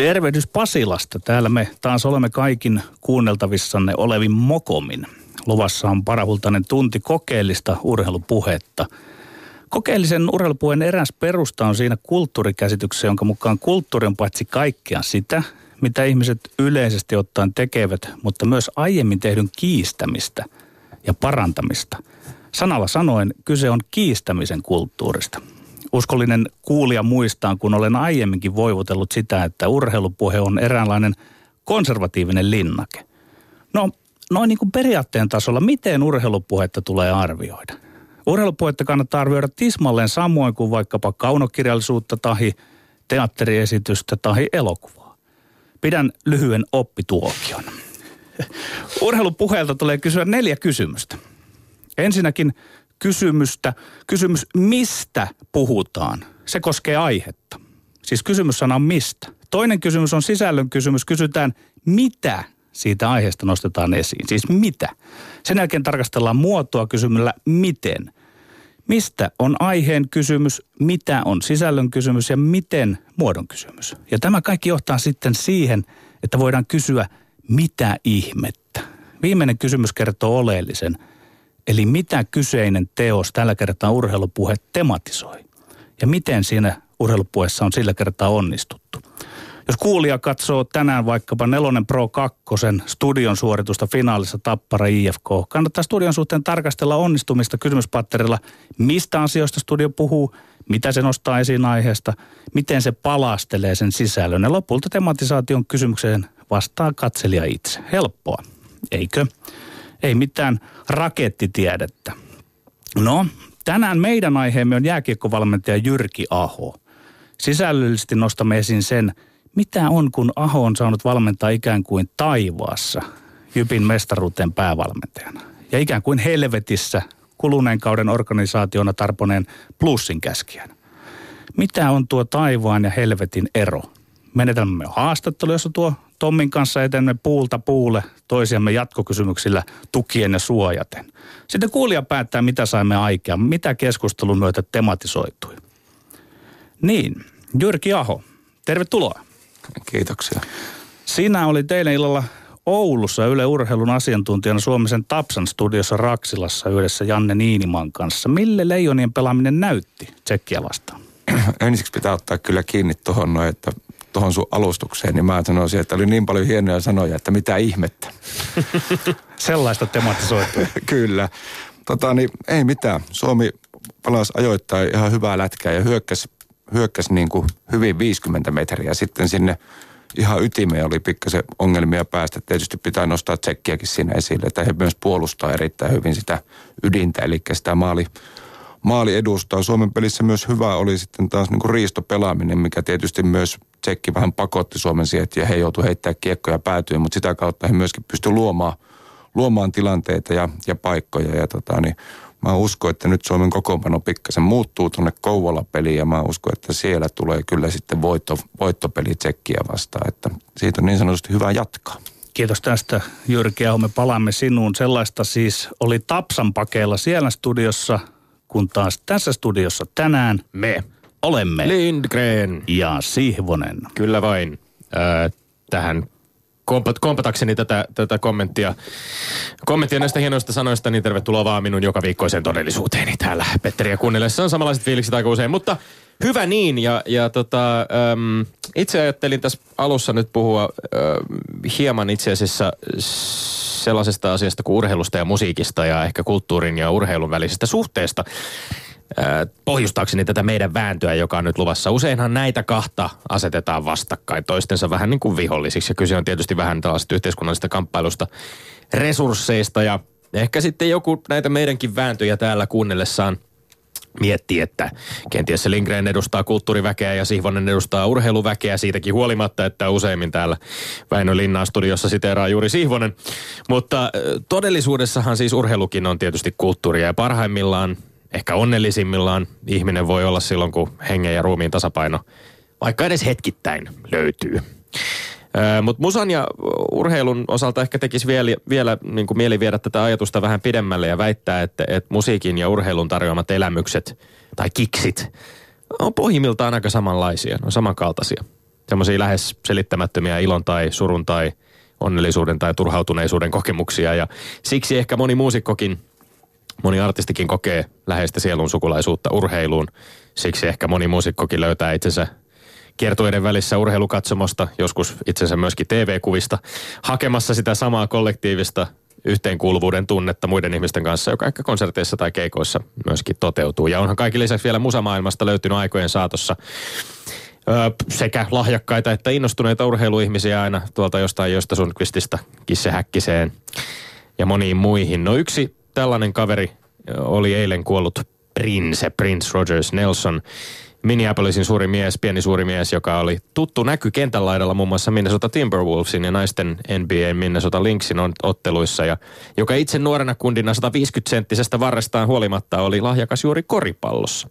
Tervehdys Pasilasta. Täällä me taas olemme kaikin kuunneltavissanne olevin mokomin. Luvassa on parahultainen tunti kokeellista urheilupuhetta. Kokeellisen urheilupuheen eräs perusta on siinä kulttuurikäsityksessä, jonka mukaan kulttuuri on paitsi kaikkea sitä, mitä ihmiset yleisesti ottaen tekevät, mutta myös aiemmin tehdyn kiistämistä ja parantamista. Sanalla sanoen kyse on kiistämisen kulttuurista. Uskollinen kuulija muistaa, kun olen aiemminkin voivotellut sitä, että urheilupuhe on eräänlainen konservatiivinen linnake. No, noin niin kuin periaatteen tasolla, miten urheilupuhetta tulee arvioida? Urheilupuhetta kannattaa arvioida tismalleen samoin kuin vaikkapa kaunokirjallisuutta tai teatteriesitystä tai elokuvaa. Pidän lyhyen oppituokion. Urheilupuheelta tulee kysyä 4 kysymystä. Ensinnäkin kysymys mistä puhutaan. Se koskee aihetta. Siis kysymyssana on mistä. Toinen kysymys on sisällön kysymys. Kysytään mitä siitä aiheesta nostetaan esiin. Siis mitä. Sen jälkeen tarkastellaan muotoa kysymällä miten. Mistä on aiheen kysymys, mitä on sisällön kysymys ja miten muodon kysymys. Ja tämä kaikki johtaa sitten siihen, että voidaan kysyä mitä ihmettä. Viimeinen kysymys kertoo oleellisen. Eli mitä kyseinen teos tällä kertaa urheilupuhe tematisoi? Ja miten siinä urheilupuheessa on sillä kertaa onnistuttu? Jos kuulija katsoo tänään vaikkapa 4 Pro 2 studion suoritusta finaalissa Tappara IFK, kannattaa studion suhteen tarkastella onnistumista kysymyspatterilla, mistä asioista studio puhuu, mitä se nostaa esiin aiheesta, miten se palastelee sen sisällön. Ja lopulta tematisaation kysymykseen vastaa katselija itse. Helppoa, eikö? Ei mitään rakettitiedettä. No, tänään meidän aiheemme on jääkiekkovalmentaja Jyrki Aho. Sisällöllisesti nostamme esiin sen, mitä on, kun Aho on saanut valmentaa ikään kuin taivaassa Jypin mestaruuteen päävalmentajana. Ja ikään kuin helvetissä kuluneen kauden organisaationa tarponeen plussin käskijänä. Mitä on tuo taivaan ja helvetin ero? Menetelmämme on haastattelu, jossa tuo Tommin kanssa etenemme puulta puulle toisiamme jatkokysymyksillä tukien ja suojaten. Sitten kuulija päättää, mitä saimme aikaan, mitä keskustelun myötä tematisoitui. Niin, Jyrki Aho, tervetuloa. Kiitoksia. Sinä oli eilen illalla Oulussa Yle Urheilun asiantuntijana Suomisen Tapsan studiossa Raksilassa yhdessä Janne Niinimaan kanssa. Mille Leijonien pelaaminen näytti Tsekkiä vastaan? Ensiksi pitää ottaa kyllä kiinni tuohon sun alustukseen, niin mä sanoisin, että oli niin paljon hienoja sanoja, että mitä ihmettä. Sellaista tematisoitua. Kyllä. Ei mitään. Suomi palasi ajoittain ihan hyvää lätkää ja hyökkäsi niin kuin hyvin 50 metriä. Sitten sinne ihan ytimeen oli pikkasen ongelmia päästä. Tietysti pitää nostaa Tsekkiäkin siinä esille, että he myös puolustaa erittäin hyvin sitä ydintä, eli sitä maali edustaa. Suomen pelissä myös hyvä oli sitten taas niin kuin riistopelaaminen, mikä tietysti myös Tsekki vähän pakotti Suomen siihen, ja he joutuivat heittämään kiekkoja päätyyn, mutta sitä kautta he myöskin pystyivät luomaan tilanteita ja paikkoja. Ja mä uskon, että nyt Suomen kokoonpano pikkasen muuttuu tuonne Kouvola-peliin, ja mä uskon, että siellä tulee kyllä sitten voittopeli Tsekkiä vastaan, että siitä on niin sanotusti hyvä jatkaa. Kiitos tästä, Jyrki Aho. Me palaamme sinuun. Sellaista siis oli Tapsan pakeilla siellä studiossa, kun taas tässä studiossa tänään me olemme Lindgren ja Sihvonen. Kyllä vain. Tähän kompatakseni tätä kommenttia näistä hienoista sanoista, niin tervetuloa vaan minun joka viikkoiseen todellisuuteeni täällä Petteriä kuunnellessa. On samanlaiset fiilikset aika usein, mutta hyvä niin. Itse ajattelin tässä alussa nyt puhua hieman itse asiassa sellaisesta asiasta kuin urheilusta ja musiikista ja ehkä kulttuurin ja urheilun välisestä suhteesta. Pohjustaakseni tätä meidän vääntöä, joka on nyt luvassa. Useinhan näitä kahta asetetaan vastakkain toistensa vähän niin kuin vihollisiksi. Ja kyse on tietysti vähän tällaisesta yhteiskunnallisesta kamppailusta, resursseista. Ja ehkä sitten joku näitä meidänkin vääntöjä täällä kuunnellessaan miettii, että kenties se Lindgren edustaa kulttuuriväkeä ja Sihvonen edustaa urheiluväkeä siitäkin huolimatta, että useimmin täällä Väinö Linnaan studiossa siteeraa juuri Sihvonen. Mutta todellisuudessahan siis urheilukin on tietysti kulttuuria ja parhaimmillaan, ehkä onnellisimmillaan ihminen voi olla silloin, kun hengen ja ruumiin tasapaino vaikka edes hetkittäin löytyy. Mutta musan ja urheilun osalta ehkä tekisi vielä niin kuin mieli viedä tätä ajatusta vähän pidemmälle ja väittää, että musiikin ja urheilun tarjoamat elämykset tai kiksit on pohjimmiltaan aika samanlaisia, on samankaltaisia. semmoisia lähes selittämättömiä ilon tai surun tai onnellisuuden tai turhautuneisuuden kokemuksia. Ja siksi ehkä moni muusikkokin, moni artistikin kokee läheistä sielun sukulaisuutta urheiluun. Siksi ehkä moni muusikkokin löytää itsensä kiertueiden välissä urheilukatsomosta, joskus itsensä myöskin TV-kuvista, hakemassa sitä samaa kollektiivista yhteenkuuluvuuden tunnetta muiden ihmisten kanssa, joka ehkä konserteissa tai keikoissa myöskin toteutuu. Ja onhan kaikki lisäksi vielä musamaailmasta löytynyt aikojen saatossa sekä lahjakkaita että innostuneita urheiluihmisiä aina tuolta jostain Josta Sundqvistista Kisse Häkkiseen ja moniin muihin. No yksi tällainen kaveri oli eilen kuollut Prince Rogers Nelson, Minneapolisin suuri mies, pieni suuri mies, joka oli tuttu näky kentän laidalla muun muassa Minnesota Timberwolvesin ja naisten NBA Minnesota Lynxin otteluissa, ja joka itse nuorena kundina 150-senttisestä varrestaan huolimatta oli lahjakas juuri koripallossa.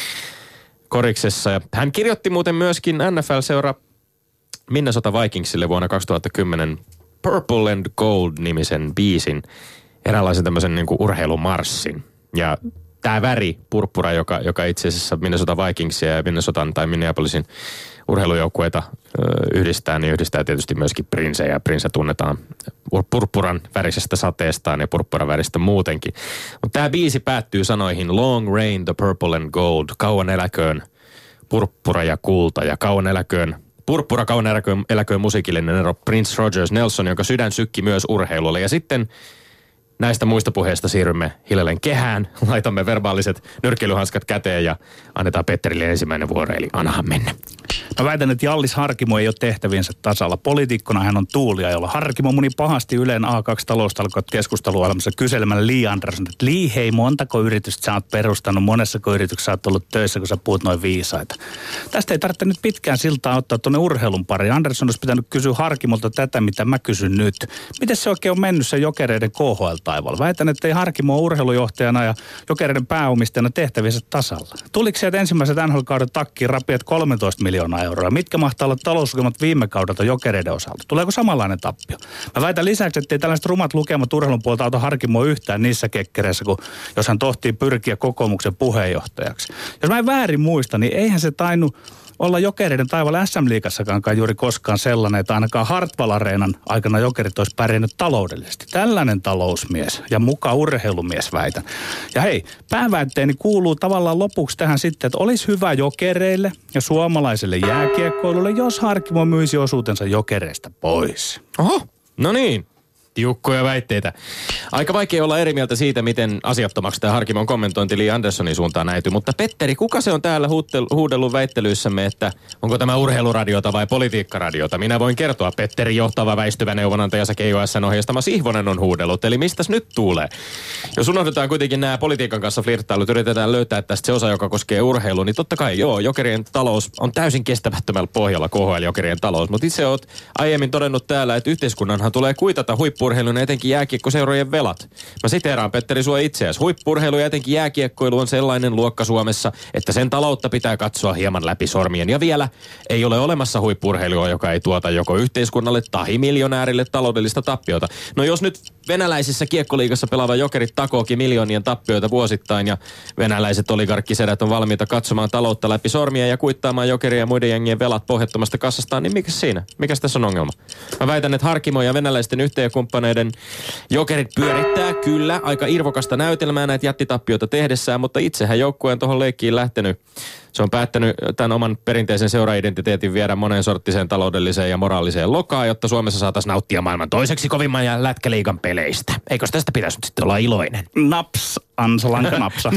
Koriksessa. Ja hän kirjoitti muuten myöskin NFL-seura Minnesota Vikingsille vuonna 2010 Purple and Gold-nimisen biisin, eräänlaisen tämmöisen niin kuin urheilumarssin. Ja tämä väri, purppura, joka itse asiassa Minnesota Vikingsia ja Minnesotan tai Minneapolisin urheilujoukkueita yhdistää, niin yhdistää tietysti myöskin Prince. Ja Prince tunnetaan purppuran värisestä sateestaan ja purppuran väristä muutenkin. Mutta tämä biisi päättyy sanoihin Long reign the purple and gold. Kauan eläköön purppura ja kulta ja kauan eläköön purppura, kauan eläköön musiikillinen ero Prince Rogers Nelson, jonka sydän sykki myös urheilulle. Ja sitten näistä muista puheista siirrymme hiljalleen kehään, laitamme verbaaliset nyrkkeilyhanskat käteen ja annetaan Petterille ensimmäinen vuoro, eli annahan mennä. Mä väitän, että Jallis Harkimo ei ole tehtäviensä tasalla. Poliitikkona hän on tuulia, jolla Harkimo muni pahasti Ylen A2-taloustalkoot keskusteluohjelmassa kyselemällä Li Andersson, että Li, hei, montako yritystä sä oot perustanut, monessako yrityksessä sä oot ollut töissä, kun sä puhut noin viisaita. Tästä ei tarvitse nyt pitkään siltaa ottaa tuonne urheilun pariin. Andersson olisi pitänyt kysyä Harkimolta tätä, mitä mä kysyn nyt. Miten se oikein on mennyt se Jokereiden KHL-taivaalla? Väitän, että ei Harkimo ole urheilujohtajana ja Jokereiden pääomistajana tehtäviensä tasalla. Tuliko sieltä ensimmäiset NHL-kauden takkiin rapiat 13 miljoonaa euroa? Mitkä mahtaa olla talouslukemat viime kaudelta Jokereiden osalta? Tuleeko samanlainen tappio? Mä väitän lisäksi, että ei tällaiset rumat lukemat urheilun puolta auta Harkimoa yhtään niissä kekkereissä, kun jos hän tohtii pyrkiä kokoomuksen puheenjohtajaksi. Jos mä en väärin muista, niin eihän se tainnut olla Jokereiden taivaalla SM-liigassakaan juuri koskaan sellainen, että ainakaan Hartwall-areenan aikana Jokerit olisi pärjännyt taloudellisesti. Tällainen talousmies ja muka urheilumies väitän. Ja hei, pääväitteeni kuuluu tavallaan lopuksi tähän sitten, että olisi hyvä Jokereille ja suomalaiselle jääkiekkoilulle, jos Harkimo myisi osuutensa Jokereista pois. Oho, no niin. Tiukkoja väitteitä. Aika vaikea olla eri mieltä siitä, miten asiattomaksi tämä Harkimon kommentointi Li Anderssonin suuntaan näytyy. Mutta Petteri, kuka se on täällä huudellut väittelyissämme, että onko tämä urheiluradiota vai politiikkaradiota? Minä voin kertoa, Petteri, johtava väistyvä neuvonantaja KOS:n ohjeistama Sihvonen on huudellut. Eli mistäs nyt tuulee? Jos unohdetaan kuitenkin nämä politiikan kanssa flirttailut, yritetään löytää tästä se osa, joka koskee urheilua, niin totta kai joo, Jokerien talous on täysin kestämättömällä pohjalla, KHL-Jokerien talous. Mutta itse olet aiemmin todennut täällä, että yhteiskunnanhan tulee kuitata huippu-urheilun ja etenkin jääkiekkoseurojen velat. Mä siteeraan, Petteri, sua itseäsi. Huippu-urheilu ja etenkin jääkiekkoilu on sellainen luokka Suomessa, että sen taloutta pitää katsoa hieman läpi sormien. Ja vielä ei ole olemassa huippu-urheilua, joka ei tuota joko yhteiskunnalle tai miljonäärille taloudellista tappiota. No jos nyt venäläisissä kiekkoliigassa pelaava Jokerit takookin miljoonien tappioita vuosittain ja venäläiset oligarkkisedät on valmiita katsomaan taloutta läpi sormia ja kuittaamaan Jokeria ja muiden jengien velat pohjattomasta kassastaan, niin mikäs siinä? Mikäs tässä on ongelma? Mä väitän, että Harkimo ja venäläisten yhteenkumppaneiden Jokerit pyörittää kyllä aika irvokasta näytelmää näitä jättitappioita tehdessään, mutta itsehän joukkueen tuohon leikkiin lähtenyt. Se on päättänyt tämän oman perinteisen seura-identiteetin viedä moneen sorttiseen taloudelliseen ja moraaliseen lokaan, jotta Suomessa saataisiin nauttia maailman toiseksi kovimman ja lätkäliigan peleistä. Eikös tästä pitäisi nyt sitten olla iloinen? Naps, Ansalanka napsahti.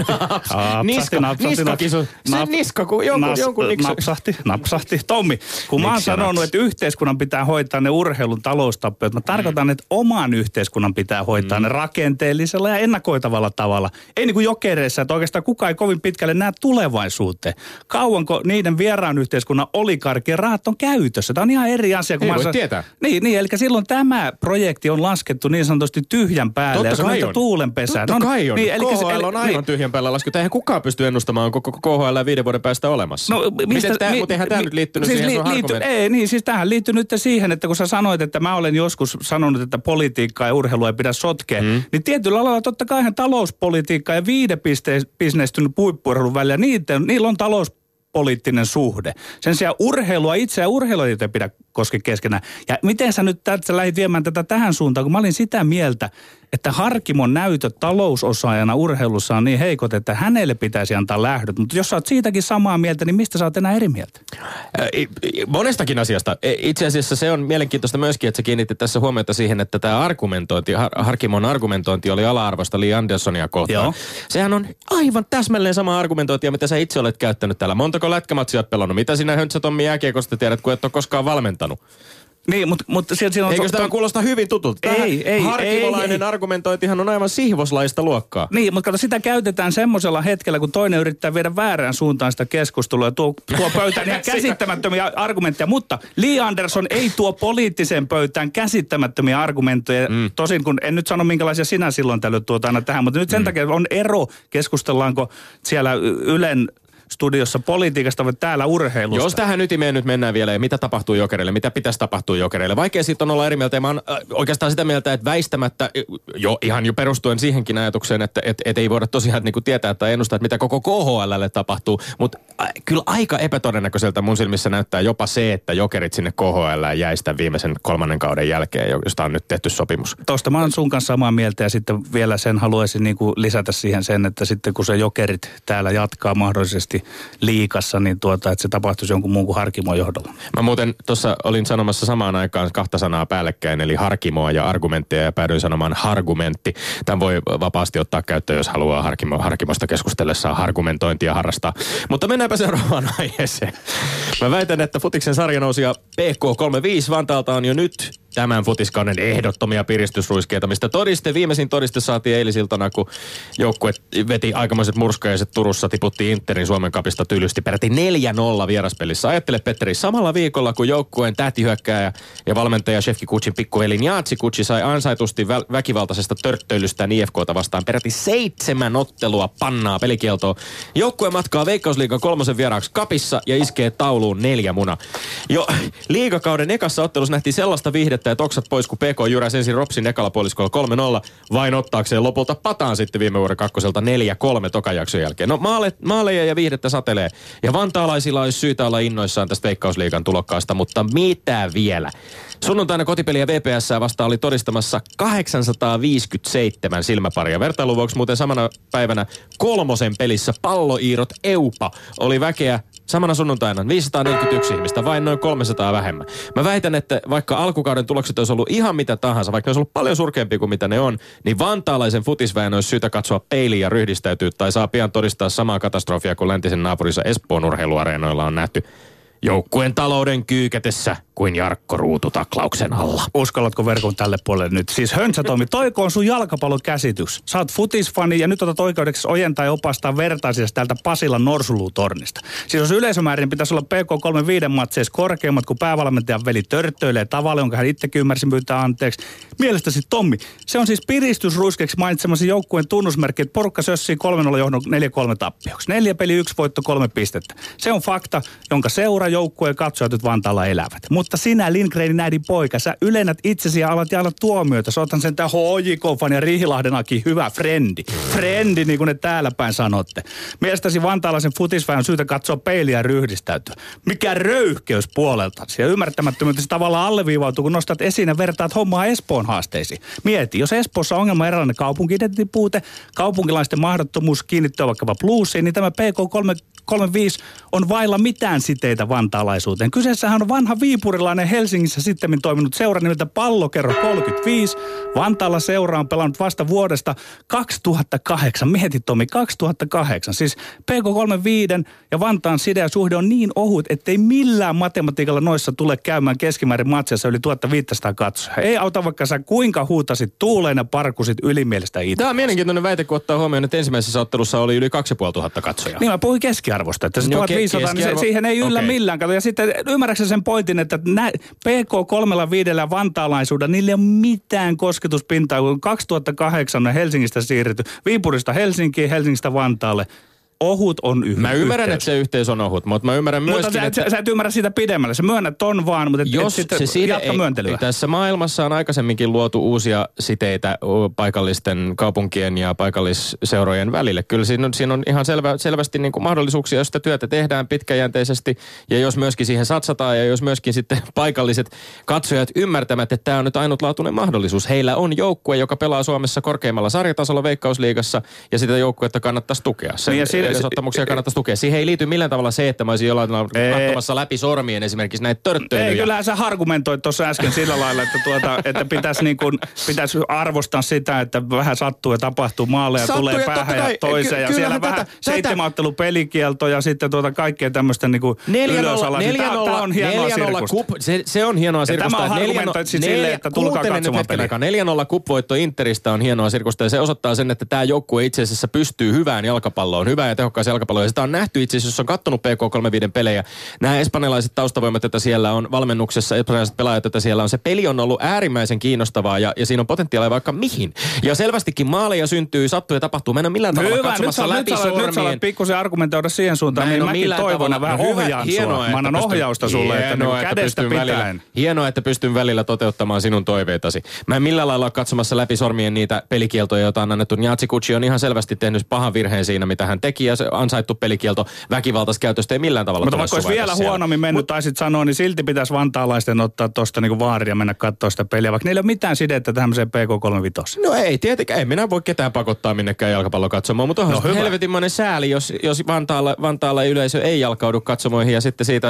Napsahti. Tommi, kun mä oon sanonut, että yhteiskunnan pitää hoitaa ne urheilun taloustappiot, mä tarkoitan, että oman yhteiskunnan pitää hoitaa ne rakenteellisella ja ennakoitavalla tavalla. Ei niin kuin Jokereissa, että oikeastaan kukaan ei kovin pitkälle näe tulevaisuuteen. Kauanko niiden vieraan yhteiskunnan oligarkien rahat on käytössä? Tämä on ihan eri asia. Kun ei voi tietää. Niin, eli silloin tämä projekti on laskettu niin sanotusti tyhjän päälle. Totta ja se kai on. Tuulenpesään. Totta kai on. Niin, KHL on aivan tyhjän päällä laskettu. Eihän kukaan pysty ennustamaan koko KHL 5 vuoden päästä olemassa. No, mutta eihän tämä nyt liittynyt siihen sun argumenttiin. Siis tämähän liittyy nyt siihen, että kun sä sanoit, että mä olen joskus sanonut, että politiikkaa ja urheilua ei pidä sotkea, niin tietyllä alalla totta kai talouspolitiikka ja viidebisnestynyt huippu-urheilun välillä, niillä on talouspolitiikka poliittinen suhde. Sen sijaan urheilua itse ja urheilua ei pidä koske keskenään. Ja miten sä nyt sä lähdit viemään tätä tähän suuntaan, kun mä olin sitä mieltä, että Harkimon näytöt talousosaajana urheilussa on niin heikot, että hänelle pitäisi antaa lähdöt. Mutta jos sä oot siitäkin samaa mieltä, niin mistä sä oot enää eri mieltä? Monestakin asiasta. Itse asiassa se on mielenkiintoista myöskin, että sä kiinnitit tässä huomiota siihen, että tämä argumentointi, Harkimon argumentointi oli ala-arvoista Li Anderssonia kohtaan. Joo. Sehän on aivan täsmälleen sama argumentointia, mitä sä itse olet käyttänyt täällä. Montako lätkämatsia olet pelannut? Mitä sinä Höntsä Tommi jääkiekosta tiedät, kun et ole koskaan valmentanut? Niin, mutta siellä on... Eikö tämä kuulosta hyvin tutulta? Ei. Harkimolainen argumentointihan on aivan sihvoslaista luokkaa. Niin, mutta kato, sitä käytetään semmoisella hetkellä, kun toinen yrittää viedä väärään suuntaan sitä keskustelua ja tuo pöytään ihan käsittämättömiä argumentteja. Mutta Li Andersson ei tuo poliittiseen pöytään käsittämättömiä argumentteja. Tosin, kun en nyt sano minkälaisia sinä silloin tällöin tuota aina tähän, mutta nyt sen takia on ero, keskustellaanko siellä Ylen studiossa politiikasta vai täällä urheilusta. Jos tähän ytimeen nyt mennään vielä, ja mitä tapahtuu Jokereille, mitä pitäisi tapahtua Jokereille. Vaikea siitä on olla eri mieltä, ja mä oon oikeastaan sitä mieltä, että väistämättä, ihan perustuen siihenkin ajatukseen, että ei voida tosiaan niin kuin tietää tai ennustaa, että mitä koko KHL:lle tapahtuu, mutta kyllä aika epätodennäköiseltä mun silmissä näyttää jopa se, että Jokerit sinne KHL:ään jäisi tämän viimeisen 3. kauden jälkeen, josta on nyt tehty sopimus. Tuosta mä oon sun kanssa samaa mieltä, ja sitten vielä sen haluaisin niin kuin lisätä siihen sen, että sitten kun se Jokerit täällä jatkaa mahdollisesti liigassa, niin että se tapahtuisi jonkun muun kuin Harkimon johdolla. Mä muuten tuossa olin sanomassa samaan aikaan 2 sanaa päällekkäin, eli Harkimoa ja argumentteja, ja päädyin sanomaan hargumentti. Tämän voi vapaasti ottaa käyttöön, jos haluaa Harkimosta keskustellessaan argumentointia harrastaa. Mutta mennäänpä seuraavaan aiheeseen. Mä väitän, että futiksen sarjanousija PK35 Vantaalta on jo nyt tämän futiskauden ehdottomia piristysruiskeita, mistä viimeisin todiste saatiin eilisiltana, kun joukkue veti aikamoiset murskajaiset Turussa, tiputtiin Interin Suomen Cupista tylysti peräti 4-0 vieraspelissä. Ajattele, Petteri, samalla viikolla, kun joukkueen tähtihyökkääjä ja valmentaja Shefki Kucin pikkuveli Njatsi Kuci sai ansaitusti väkivaltaisesta törttöilystään IFK:ta vastaan peräti 7 ottelua pannaa pelikieltoa. Joukkue matkaa Veikkausliigan 3. vieraaksi Cupissa ja iskee tauluun 4 muna. Jo liigakauden ekassa ottelussa nähtiin sellaista viihdettä, että oksat pois, kun PK jyräsi ensin Ropsin ekalla puoliskolla 3-0, vain ottaakseen lopulta pataan sitten viime vuoden 2. 4-3 tokan jakson jälkeen. No maaleja ja viihdettä satelee. Ja vantaalaisilla olisi syytä olla innoissaan tästä Veikkausliigan tulokkaasta, mutta mitä vielä? Sunnuntaina kotipeliä VPS:ää vastaan oli todistamassa 857 silmäparia. Vertailun vuoksi muuten samana päivänä 3. pelissä Palloiirot Eupa oli väkeä samana sunnuntaina 541 ihmistä, vain noin 300 vähemmän. Mä väitän, että vaikka alkukauden tulokset olisi ollut ihan mitä tahansa, vaikka ne olisi ollut paljon surkeampia kuin mitä ne on, niin vantaalaisen futisväen olisi syytä katsoa peiliin ja ryhdistäytyä tai saa pian todistaa samaa katastrofia kuin läntisen naapurissa Espoon urheiluareenoilla on nähty. Joukkueen talouden kyykätessä kuin Jarkko Ruutu taklauksen alla. Uskallatko verkon tälle puolelle nyt? Siis Höntsä Tommi, toikoon sun jalkapallon käsitys. Sä oot futisfani ja nyt otat oikeudeksi ojentaa ja opastaa vertaisia täältä Pasilan Norsulutornista. Siis jos yleisömäärin pitäisi olla PK35 matseissa korkeammat, kun päävalmentajan veli törttöilee tavalla, jonka hän itsekin ymmärsi pyytää anteeksi. Mielestäsi Tommi, se on siis piristysruiskeksi mainitsemasi joukkueen tunnusmerkki, että porukka sössii 3-0 johdon 4-3 tappioksi. 4 peli 1 voitto 3 pistettä. Se on fakta, jonka joukkue ja katsojat nyt Vantaalla elävät. Mutta sinä, Lindgrenin äidin poika, sä ylennät itsesi ja alat jaella tuomioita. Sä otan sen tää HJK-fan ja Rihilahdenakin hyvä frendi. Frendi, niin kuin ne täällä päin sanotte. Mielestäsi vantaalaisen futisväen on syytä katsoa peiliä ja ryhdistäytyä. Mikä röyhkeys puoleltasi ja ymmärtämättömyyttä se tavallaan alleviivautuu, kun nostat esiin ja vertaat hommaa Espoon haasteisiin. Mieti, jos Espoossa on ongelma erilainen kaupunki-identiteettipuute, kaupunkilaisten mahdottomuus kiinnittyä vaikkapa bluesiin, niin tämä PK35 on vailla mitään siteitä vantaalaisuuteen. Kyseessähän on vanha viipurilainen Helsingissä sittemmin toiminut seura nimeltä Pallokerro 35. Vantaalla seura on pelannut vasta vuodesta 2008. Mieti Tomi, 2008. Siis PK35 ja Vantaan side ja suhde on niin ohut, ettei millään matematiikalla noissa tule käymään keskimäärin matsiassa yli 1500 katsoja. Ei auta vaikka sä kuinka huutasit tuuleen ja parkusit ylimielistä itse. Tämä on mielenkiintoinen väite, kun ottaa huomioon, että ensimmäisessä ottelussa oli yli 2500 katsojaa. Niin mä puhuin keskiarvosta, että se 1500, niin siihen ei yllä millään. Ja sitten ymmärrätkö sen pointin, että PK35 ja vantaalaisuudella, niillä ei ole mitään kosketuspintaa, kun 2008 on Helsingistä siirretty, Viipurista Helsinkiin, Helsingistä Vantaalle. ohut on Mä ymmärrän, että se yhteys on ohut, mutta mä ymmärrän myöskin, että sä et ymmärrä sitä pidemmälle. Sä myönnät on vaan, mutta jos sitten jatka myöntelyä. Tässä maailmassa on aikaisemminkin luotu uusia siteitä paikallisten kaupunkien ja paikallisseurojen välille. Kyllä siinä on ihan selvästi niin kuin mahdollisuuksia, jos sitä työtä tehdään pitkäjänteisesti ja jos myöskin siihen satsataan ja jos myöskin sitten paikalliset katsojat ymmärtävät, että tämä on nyt ainutlaatuinen mahdollisuus. Heillä on joukkue, joka pelaa Suomessa korkeimmalla sarjatasolla Veikkausliigassa ja sitä joukkuetta kannattaisi tukea. Edesottamuksia kannattaisi tukea. Siihen ei liity millään tavalla se, että mä olisin jollain tavalla katsomassa läpi sormien esimerkiksi näitä törttöilyjä. Ei, kyllähän sä argumentoit tuossa äsken sillä lailla, että pitäisi arvostaa sitä, että vähän sattuu ja tapahtuu maalle ja tulee päähän ja toiseen. Ja siellä vähän 7 ottelun pelikielto ja sitten kaikkea tämmöistä niinku ylösalaisin. Tämä on hienoa sirkusta. Se on hienoa sirkusta. Tämä argumentoit silleen, että tulkaa katsomaan peliä. 4-0 kupvoitto Interistä on hienoa sirkusta ja se osoittaa sen, että tämä joukkue itse asiassa pystyy hyvään jalkapalloon, hyvään ja tehokkaaseen jalkapalloon. Ja sitä on nähty itse asiassa, jos on kattonut PK35 pelejä. Nämä espanjalaiset taustavoimat, joita siellä on valmennuksessa, espanjalaiset pelaajat, joita siellä on, se peli on ollut äärimmäisen kiinnostavaa ja siinä on potentiaalia vaikka mihin. Ja selvästikin maaleja syntyy, sattuu ja tapahtuu. Mä en ole millään tavalla katsomassa läpi sormien. Nyt sä alat pikkusen argumentoida siihen suuntaan, niin mäkin toivon vähän ohjaan sua. Mä annan ohjausta sulle, että kädestä pitäen. Hienoa, että pystyn välillä toteuttamaan sinun toiveitasi. Mä en millään lailla ole katsomassa läpi sormien niitä pelikieltoja, joita on annettu. Jacikucci on ihan selvästi tehnyt pahan virheen siinä, mitä hän teki, ja se ansaittu pelikielto väkivaltaista käytöstä ei millään tavalla. Mutta vaikka olisi vielä huonommin mennyt, taisit sanoa, niin silti pitäisi vantaalaisten ottaa tuosta niinku vaaria ja mennä katsoa sitä peliä, vaikka niillä ei ole mitään sidettä tämmöiseen PK35. No ei, tietenkään. En minä voi ketään pakottaa minnekään jalkapallo katsomaan, mutta onhan helvetinmoinen sääli, jos Vantaalla yleisö ei jalkaudu katsomoihin ja sitten siitä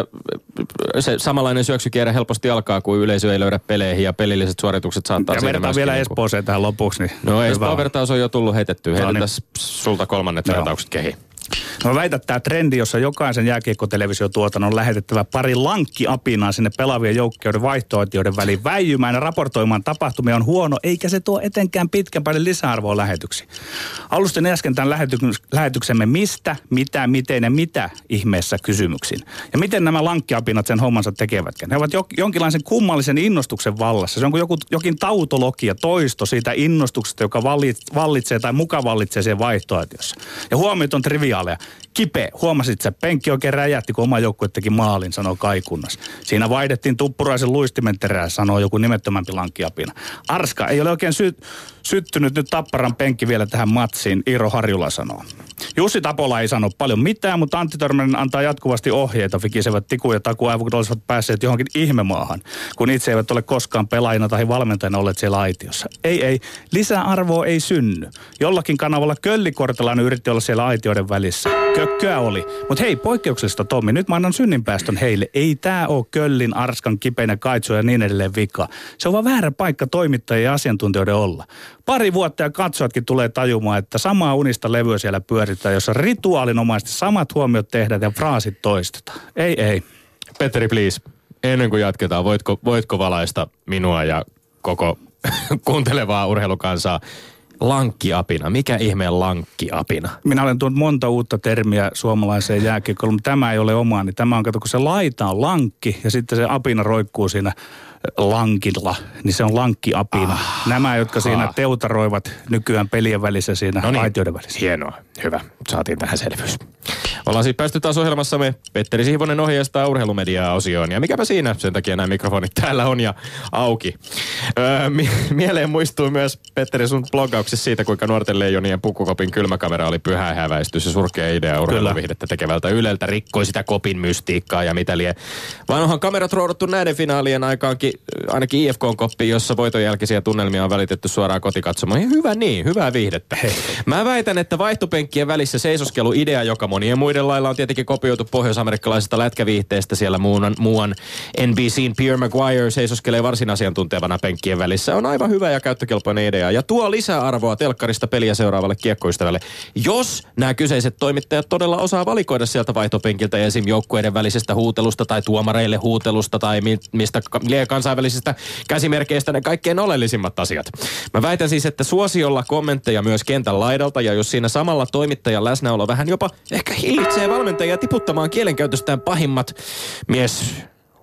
se samanlainen syöksykierre helposti alkaa, kun yleisö ei löydä peleihin ja pelilliset suoritukset saattaa ja vertaa vielä niin Espooseen tähän lopuksi. Niin no Espoon vertaus on jo tullut heitettyä. Heitetään sulta 3. vertaukset kehiin. No väität tämä trendi, jossa jokaisen jääkiekkotelevisiotuotannon on lähetettävä pari lankkiapinaa sinne pelaavien joukkueiden vaihtoehtojen väliin väijymään ja raportoimaan tapahtumia on huono, eikä se tuo etenkään pitkän paljon lisäarvoa lähetyksiin. Alustin äsken tämän lähetyksemme mistä, mitä, miten ja mitä ihmeessä kysymyksiin. Ja miten nämä lankkiapinat sen hommansa tekevätkään. He ovat jonkinlaisen kummallisen innostuksen vallassa. Se on kuin jokin tautologia, toisto siitä innostuksesta, joka vallitsee tai muka vallitsee siihen vaihtoehtoissa. Ja huomiot on triviaaleja. Kipe, huomasit sä, penkki oikein räjähti, kun oma joukkue teki maalin, sanoo Kaikunnas. Siinä vaihdettiin Tuppuraisen luistimen terää, sanoo joku nimettömämpi lankkiapina. Arska, ei ole oikein syttynyt nyt Tapparan penkki vielä tähän matsiin, Iiro Harjula sanoo. Jussi Tapola ei sano paljon mitään, mutta Antti Törmänen antaa jatkuvasti ohjeita, fikisevät Tiku ja Taku aivan kun olisivat päässeet johonkin ihmemaahan, kun itse eivät ole koskaan pelaajina tai valmentajina olleet siellä aitiossa. Ei, lisäarvoa ei synny. Jollakin kanavalla Kölli-Kortelainen yritti olla siellä aitioiden välissä. Kökköä oli. Mutta hei, poikkeuksellista Tommi, nyt mä annan synninpäästön heille. Ei tää oo Köllin, Arskan, Kipeän, Kaitsu ja niin edelleen vika. Se on vaan väärä paikka toimittajien ja asiantuntijoiden olla. Pari vuotta ja katsojatkin tulee tajumaan, että samaa unista levyä siellä pyörittää, jossa rituaalinomaisesti samat huomiot tehdään ja fraasit toistetaan. Ei. Petteri, please. Ennen kuin jatketaan, voitko valaista minua ja koko kuuntelevaa urheilukansaa? Lankkiapina. Mikä ihmeen lankkiapina? Minä olen tuonut monta uutta termiä suomalaiseen jääkiekkoon, mutta tämä ei ole omaa. Niin tämä on, kato, kun se laita on lankki ja sitten se apina roikkuu siinä lankilla, niin se on lankkiapina. Nämä, jotka siinä teutaroivat nykyään pelien välissä siinä aitioiden välissä. Hienoa. Hyvä. Saatiin tähän selvyys. Ollaan siis päästy taas ohjelmassamme Petteri Sihvonen ohjeistaa urheilumediaa osioon. Ja mikäpä siinä, sen takia nämä mikrofonit täällä on ja auki. Mieleen muistuu myös Petteri sun blogauksessa siitä, kuinka nuorten leijonien Pukkukopin kylmäkamera oli pyhä häväistys ja surkea idea urheiluvihdettä tekevältä Yleltä. Rikkoi sitä kopin mystiikkaa ja mitä lie. Vaan onhan kamerat ruuduttu näiden finaalien aikaankin, ainakin IFK-koppiin, jossa voiton jälkeisiä tunnelmia on välitetty suoraan kotikatsomaan. Ja hyvä niin, hyvää viihdettä. Mä väitän, että vaihtopenkkien välissä seisoskeluidea, joka monien muiden lailla on tietenkin kopioitu pohjois-amerikkalaisesta lätkäviihteestä. Siellä muuan NBC:n Pierre Maguire seisoskelee varsin asiantuntevana penkkien välissä. On aivan hyvä ja käyttökelpoinen idea. Ja tuo lisäarvoa telkkarista peliä seuraavalle kiekkoystävälle. Jos nämä kyseiset toimittajat todella osaa valikoida sieltä vaihtopenkiltä esim. Joukkueiden välisestä huutelusta tai tuomareille huutelusta tai mistä kansainvälisistä käsimerkeistä ne kaikkein oleellisimmat asiat. Mä väitän siis, että suosiolla kommentteja myös kentän laidalta ja jos siinä samalla toimittajan läsnäolo vähän jopa ehkä hillitsee valmentajia tiputtamaan kielenkäytöstään pahimmat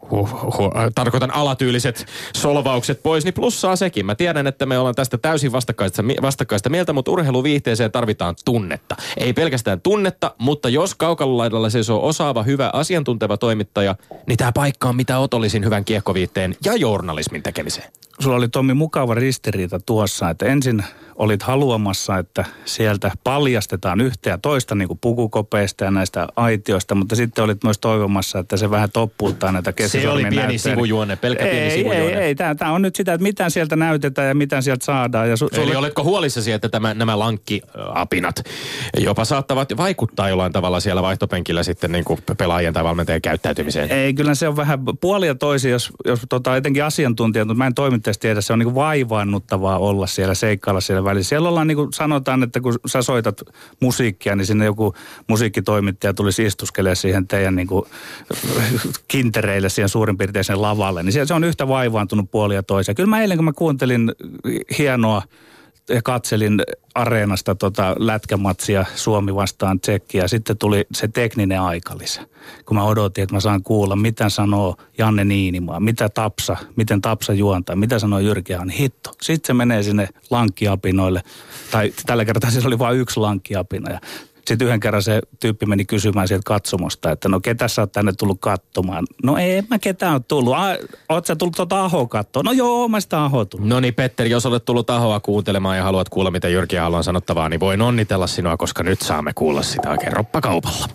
tarkoitan alatyyliset solvaukset pois, niin plussaa sekin. Mä tiedän, että me ollaan tästä täysin vastakkaista mieltä, mutta urheiluviihteeseen tarvitaan tunnetta. Ei pelkästään tunnetta, mutta jos kaukalolaidalla seisoo osaava, hyvä, asiantunteva toimittaja, niin tää paikka on mitä otollisin hyvän kiekkoviihteen ja journalismin tekemiseen. Sulla oli, Tommi, mukava ristiriita tuossa, että ensin olit haluamassa, että sieltä paljastetaan yhtä ja toista niin kuin pukukopeista ja näistä aitioista, mutta sitten olit myös toivomassa, että se vähän toppuuttaa näitä keskisormien Se oli pieni näyttöjä. sivujuonne, pelkkä pieni sivujuonne. Ei. Tämä on nyt sitä, että mitä sieltä näytetään ja mitä sieltä saadaan. Ja Eli oletko huolissasi, että nämä lankkiapinat jopa saattavat vaikuttaa jollain tavalla siellä vaihtopenkillä sitten niin kuin pelaajien tai valmentajien käyttäytymiseen? Ei, kyllä se on vähän puolia toisia, jos etenkin asiantuntijat, mutta mä en toimittajasta tiedä, se on niin kuin vaivaannuttavaa olla siellä, seikkailla siellä välissä. Siellä ollaan niin kuin sanotaan, että kun sä soitat musiikkia, niin sinne joku musiikkitoimittaja tulisi istuskelemaan siihen teidän niin kuin kintereille siihen suurin piirtein sen lavalle. Niin se on yhtä vaivaantunut puolia toisia. Kyllä mä eilen, kun mä kuuntelin hienoa ja katselin areenasta lätkämatsia Suomi vastaan Tsekkiä. Sitten tuli se tekninen aikalisä, kun mä odotin, että mä saan kuulla, mitä sanoo Janne Niinimaa, miten Tapsa juontaa, mitä sanoo Jyrki Ahon, hitto. Sitten se menee sinne lankkiapinoille, tai tällä kertaa siis oli vain yksi lankkiapina ja sitten yhden kerran se tyyppi meni kysymään sieltä katsomosta, että no ketä sä oot tänne tullut katsomaan? No ei mä ketään ole tullut. Oot sä tullut Ahoa katsoa? No joo, mä sitä Ahoa tullut. No niin, Petteri, jos olet tullut Ahoa kuuntelemaan ja haluat kuulla, mitä Jyrki Aholla on sanottavaa, niin voin onnitella sinua, koska nyt saamme kuulla sitä oikein roppakaupalla.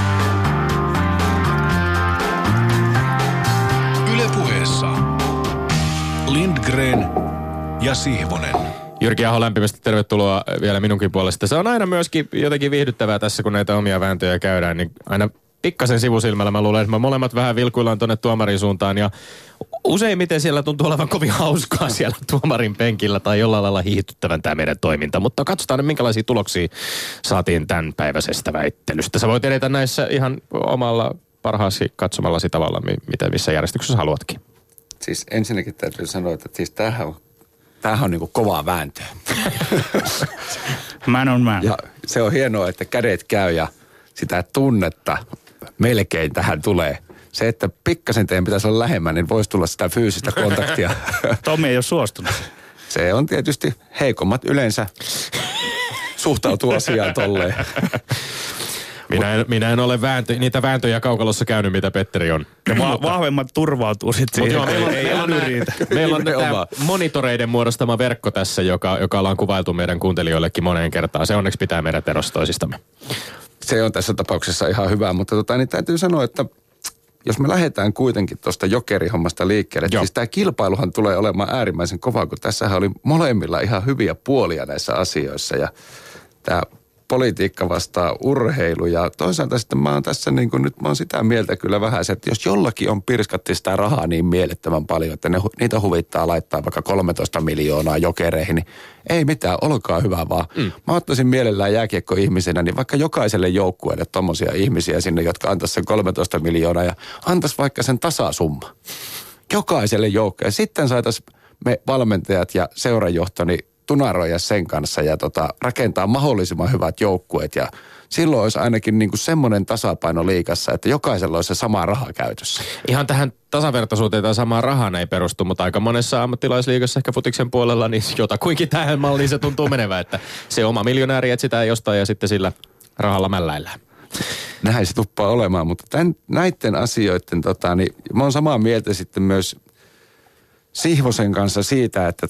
Yle Puheessa Lindgren ja Sihvonen. Jyrki Aho, lämpimästi tervetuloa vielä minunkin puolesta. Se on aina myöskin jotenkin viihdyttävää tässä, kun näitä omia vääntöjä käydään, niin aina pikkasen sivusilmällä mä luulen, että me molemmat vähän vilkuillaan tuonne tuomarin suuntaan ja useimmiten siellä tuntuu olevan kovin hauskaa siellä tuomarin penkillä tai jollain lailla hiihdyttävän tämä meidän toiminta, mutta katsotaan minkälaisia tuloksia saatiin tämän päiväisestä väittelystä. Sä voit edetä näissä ihan omalla parhaasi katsomallasi tavalla, missä järjestyksessä haluatkin. Siis ensinnäkin täytyy sanoa, että siis tämähän on niinku kovaa vääntöä. Man on man. Ja se on hienoa, että kädet käy ja sitä tunnetta melkein tähän tulee. Se, että pikkasen teidän pitäisi olla lähemmän, niin voisi tulla sitä fyysistä kontaktia. Tommi ei ole suostunut. Se on tietysti heikommat yleensä suhtautuu asiaan tolleen. Minä en ole niitä vääntöjä kaukalossa käynyt, mitä Petteri on. Ja vahvemmat turvautuu sitten siihen. Meillä on tämä monitoreiden muodostama verkko tässä, joka ollaan kuvailtu meidän kuuntelijoillekin moneen kertaan. Se onneksi pitää meidät erossa toisistamme. Se on tässä tapauksessa ihan hyvä, mutta niin täytyy sanoa, että jos me lähdetään kuitenkin tuosta jokerihommasta liikkeelle, että siis tämä kilpailuhan tulee olemaan äärimmäisen kova, kun tässähän oli molemmilla ihan hyviä puolia näissä asioissa ja tämä politiikka vastaa urheilu ja toisaalta sitten mä oon tässä niin kuin nyt mä oon sitä mieltä kyllä vähän, että jos jollakin on pirskatti sitä rahaa niin mielettömän paljon, että niitä huvittaa laittaa vaikka 13 miljoonaa jokereihin, niin ei mitään, olkaa hyvä vaan. Mä ottaisin mielellään jääkiekko-ihmisenä, niin vaikka jokaiselle joukkueelle tommosia ihmisiä sinne, jotka antaisi sen 13 miljoonaa ja antaisi vaikka sen tasasumma. Jokaiselle joukkueelle. Sitten saataisiin me valmentajat ja seurajohto, niin tunaroida sen kanssa ja rakentaa mahdollisimman hyvät joukkueet ja silloin olisi ainakin niinku semmoinen tasapaino liigassa, että jokaisella olisi se sama raha käytössä. Ihan tähän tasavertaisuuteen tai samaan rahaan ei perustu, mutta aika monessa ammattilaisliigassa ehkä futiksen puolella niin jotakuinkin tähän malliin se tuntuu menevä, että se oma miljonääri etsitään jostain ja sitten sillä rahalla mälläillään. Näin se tuppaa olemaan, mutta näiden asioiden niin mä oon samaa mieltä sitten myös Sihvosen kanssa siitä, että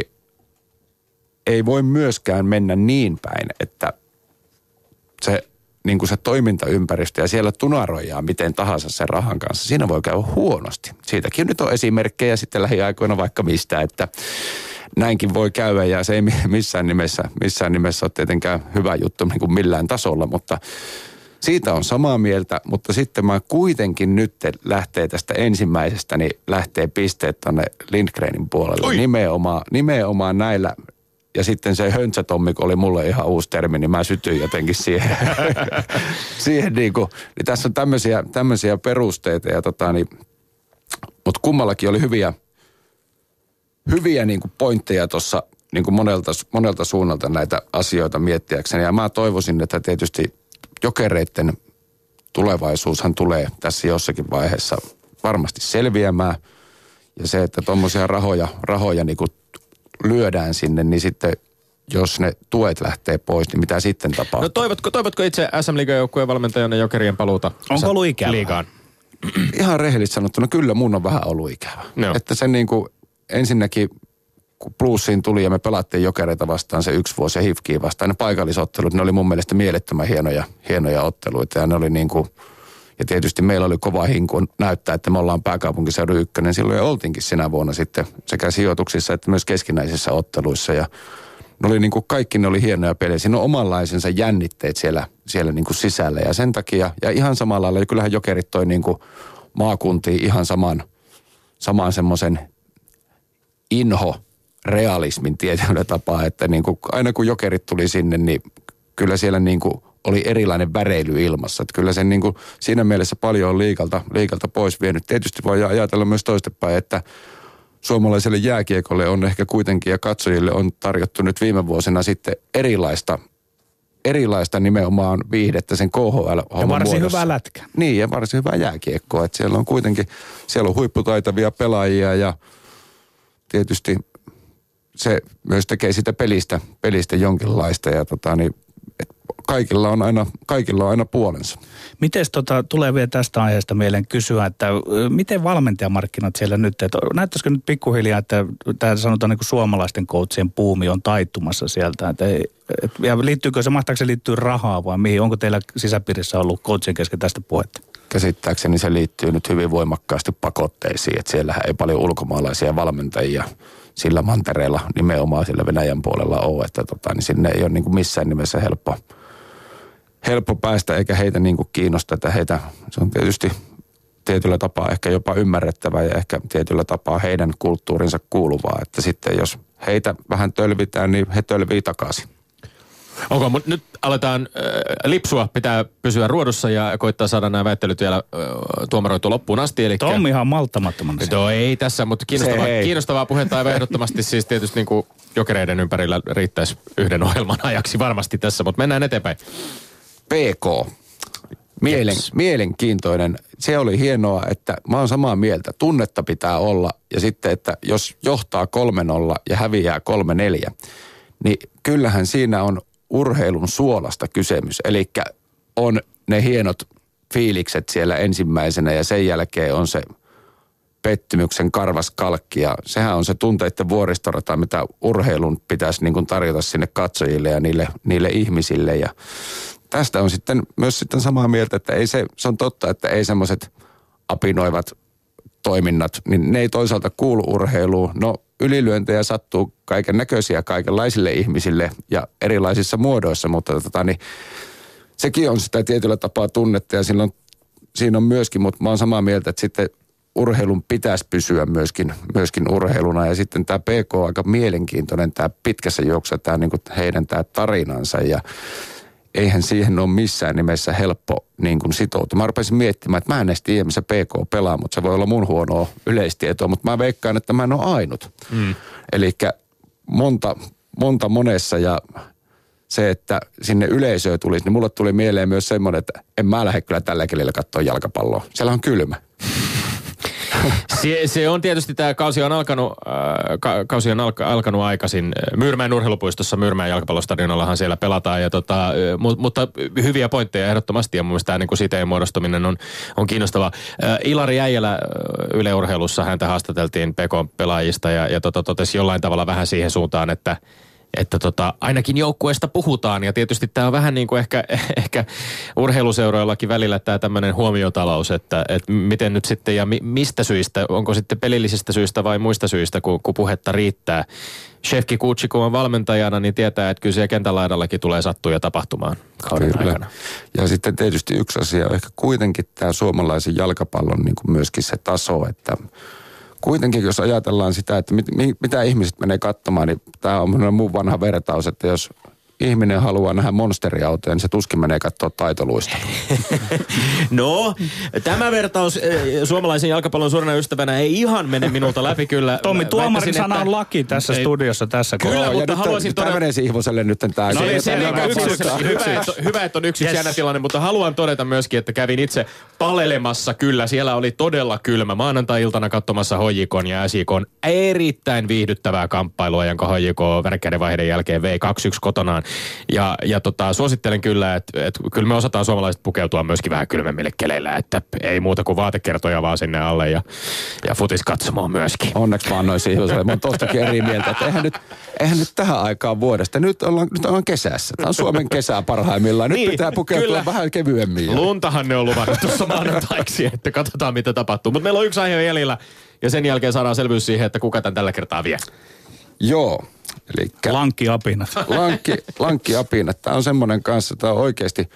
ei voi myöskään mennä niin päin, että se, niin kuin se toimintaympäristö ja siellä tunaroidaan miten tahansa sen rahan kanssa. Siinä voi käydä huonosti. Siitäkin nyt on esimerkkejä sitten lähiaikoina vaikka mistä, että näinkin voi käydä ja se ei missään nimessä ole tietenkään hyvä juttu niin kuin millään tasolla, mutta siitä on samaa mieltä, mutta sitten mä kuitenkin nyt lähtee tästä ensimmäisestä, niin lähtee pisteet tonne Lindgrenin puolelle. Nimenomaan näillä. Ja sitten se höntsätommi, kun oli mulle ihan uusi termi, niin mä sytyin jotenkin siihen. siihen niin tässä on tämmöisiä perusteita. Ja mutta kummallakin oli hyviä niin kuin pointteja tuossa niin kuin monelta suunnalta näitä asioita miettiäkseni. Ja mä toivoisin, että tietysti jokereiden tulevaisuushan tulee tässä jossakin vaiheessa varmasti selviämään. Ja se, että tuommoisia rahoja niin kuin lyödään sinne, niin sitten jos ne tuet lähtee pois, niin mitä sitten tapahtuu? No toivotko itse SM-liigan joukkueen valmentajana Jokerien paluuta? Onko ollut ikävää? Liigaan? Ihan rehellisesti sanottuna, kyllä mun on vähän ollut ikävä. No. Että se niin kuin ensinnäkin, kun Bluesiin tuli ja me pelattiin Jokereita vastaan se 1 vuosi ja HIFKiä vastaan, ne paikallisottelut, ne oli mun mielestä mielettömän hienoja otteluita ja ne oli niin kuin, ja tietysti meillä oli kova hinku näyttää, että me ollaan pääkaupunkiseudun ykkönen. Silloin oltiinkin sinä vuonna sitten sekä sijoituksissa että myös keskinäisissä otteluissa. Ja ne oli niin kuin kaikki ne oli hienoja pelejä. Siinä on omanlaisensa jännitteet siellä niin kuin sisällä. Ja sen takia, ja ihan samalla lailla, kyllähän Jokerit toi niin kuin maakuntiin ihan saman semmoisen realismin tietyllä tapaa, että niin kuin aina kun Jokerit tuli sinne, niin kyllä siellä niin kuin oli erilainen väreily ilmassa. Että kyllä sen niin kuin siinä mielessä paljon on liikalta pois vienyt. Tietysti voi ajatella myös toistepäin, että suomalaiselle jääkiekolle on ehkä kuitenkin ja katsojille on tarjottu nyt viime vuosina sitten erilaista nimenomaan viihdettä sen KHL-homman ja varsin muodossa. hyvää lätkää. Niin, ja varsin hyvää jääkiekkoa. Että siellä on kuitenkin, siellä on huipputaitavia pelaajia ja tietysti se myös tekee sitä pelistä jonkinlaista ja kaikilla on aina puolensa. Mites tulee vielä tästä aiheesta mieleen kysyä, että miten valmentajamarkkinat siellä nyt, että näyttäisikö nyt pikkuhiljaa, että tämä sanotaan niin kuin suomalaisten coachien buumi on taittumassa sieltä, ja liittyykö se, mahtaako se liittyy rahaa vai mihin, onko teillä sisäpiirissä ollut coachien kesken tästä puhetta? Käsittääkseni se liittyy nyt hyvin voimakkaasti pakotteisiin, että siellähän ei paljon ulkomaalaisia valmentajia sillä mantereella nimenomaan sillä Venäjän puolella ole, että niin sinne ei ole niin kuin missään nimessä helppo päästä eikä heitä niin kuin kiinnosta, että heitä, se on tietysti tietyllä tapaa ehkä jopa ymmärrettävää ja ehkä tietyllä tapaa heidän kulttuurinsa kuuluvaa, että sitten jos heitä vähän tölvitään, niin he tölvii takaisin. Onko, mutta nyt aletaan lipsua, pitää pysyä ruodussa ja koittaa saada nämä väittelyt vielä tuomaroitu loppuun asti. Tuo on ihan malttamattoman. Tuo ei tässä, mutta kiinnostavaa puhetta aivan ehdottomasti siis tietysti niin kuin Jokereiden ympärillä riittäisi yhden ohjelman ajaksi varmasti tässä, mutta mennään eteenpäin. PK. Mielenkiintoinen. Se oli hienoa, että mä oon samaa mieltä. Tunnetta pitää olla ja sitten, että jos johtaa 3-0 ja häviää 3-4, niin kyllähän siinä on urheilun suolasta kysymys. Eli on ne hienot fiilikset siellä ensimmäisenä ja sen jälkeen on se pettymyksen karvas kalkki. Ja sehän on se tunteiden vuoristorata, mitä urheilun pitäisi niin kuin tarjota sinne katsojille ja niille ihmisille. Ja tästä on sitten myös sitten samaa mieltä, että ei se on totta, että ei semmoiset apinoivat toiminnat, niin ne ei toisaalta kuulu urheiluun. No ylilyöntejä sattuu kaiken näköisiä kaikenlaisille ihmisille ja erilaisissa muodoissa, mutta niin sekin on sitä tietyllä tapaa tunnetta ja siinä on myöskin, mutta mä oon samaa mieltä, että sitten urheilun pitäisi pysyä myöskin urheiluna ja sitten tämä PK on aika mielenkiintoinen, tämä pitkässä juoksussa, tämä niin kuin heidän tämä tarinansa ja eihän siihen ole missään nimessä helppo niin kuin sitoutua. Mä rupesin miettimään, että mä en edes tiedä, missä PK pelaa, mutta se voi olla mun huonoa yleistietoa, mutta mä veikkaan, että mä en ole ainut. Elikkä monessa ja se, että sinne yleisöä tulisi, niin mulle tuli mieleen myös semmoinen, että en mä lähde kyllä tällä kelillä katsoa jalkapalloa. Siellä on kylmä. Se on tietysti, tämä kausi on alkanut aikaisin. Myyrmäen urheilupuistossa, Myyrmäen jalkapallostadionallahan siellä pelataan. Ja mutta hyviä pointteja ehdottomasti ja mun mielestä tämä niin siteiden muodostuminen on kiinnostavaa. Ilari Äijälä Yle Urheilussa, häntä haastateltiin PK-pelaajista ja totesi jollain tavalla vähän siihen suuntaan, että ainakin joukkueesta puhutaan ja tietysti tämä on vähän niin kuin ehkä urheiluseuroillakin välillä tämä tämmöinen huomiotalous, että miten nyt sitten ja mistä syistä, onko sitten pelillisistä syistä vai muista syistä, kun puhetta riittää. Shefki Kuutsi, kun on valmentajana, niin tietää, että kyllä siellä kentän laidallakin tulee sattua ja tapahtumaan kauden aikana. Ja sitten tietysti yksi asia on ehkä kuitenkin tämä suomalaisen jalkapallon niin kuin myöskin se taso, että kuitenkin, jos ajatellaan sitä, että mitä ihmiset menee katsomaan, niin tämä on mun vanha vertaus, että jos ihminen haluaa nähdä monsteriautoja, niin se tuskin menee katsoa taitoluistelua. No, tämä vertaus suomalaisen jalkapallon suurena ystävänä ei ihan mene minulta läpi kyllä. Tommi, tuomarin sana on laki tässä studiossa tässä. Kyllä, mutta haluaisin todeta... Tämä menee Sihvoselle nyt tämä. No hyvä, että on yksi jännä tilanne, mutta haluan todeta myöskin, että kävin itse palelemassa kyllä. Siellä oli todella kylmä. Maanantai-iltana katsomassa HJK:n ja SJK:n erittäin viihdyttävää kamppailua, jonka HJK värkkäiden vaiheiden jälkeen vei 2-1 kotonaan. Ja suosittelen kyllä, että kyllä me osataan suomalaiset pukeutua myöskin vähän kylmemmille keleillä, että ei muuta kuin vaatekertoja vaan sinne alle ja futis katsomaan myöskin. Onneksi vaan noin Sihvoselle. Mä oon tostakin eri mieltä, että eihän nyt tähän aikaan vuodesta. Nyt ollaan kesässä. Tämä on Suomen kesää parhaimmillaan. Nyt niin, pitää pukeutua kyllä vähän kevyemmin. Luntahan ne on luvannut tuossa maanantaiksi, että katsotaan mitä tapahtuu. Mutta meillä on yksi aihe jäljellä ja sen jälkeen saadaan selvyys siihen, että kuka tämän tällä kertaa vie. Joo. Elikkä lankkiapinat. Lankkiapinat. Tämä on semmoinen kanssa, tämä on oikeasti,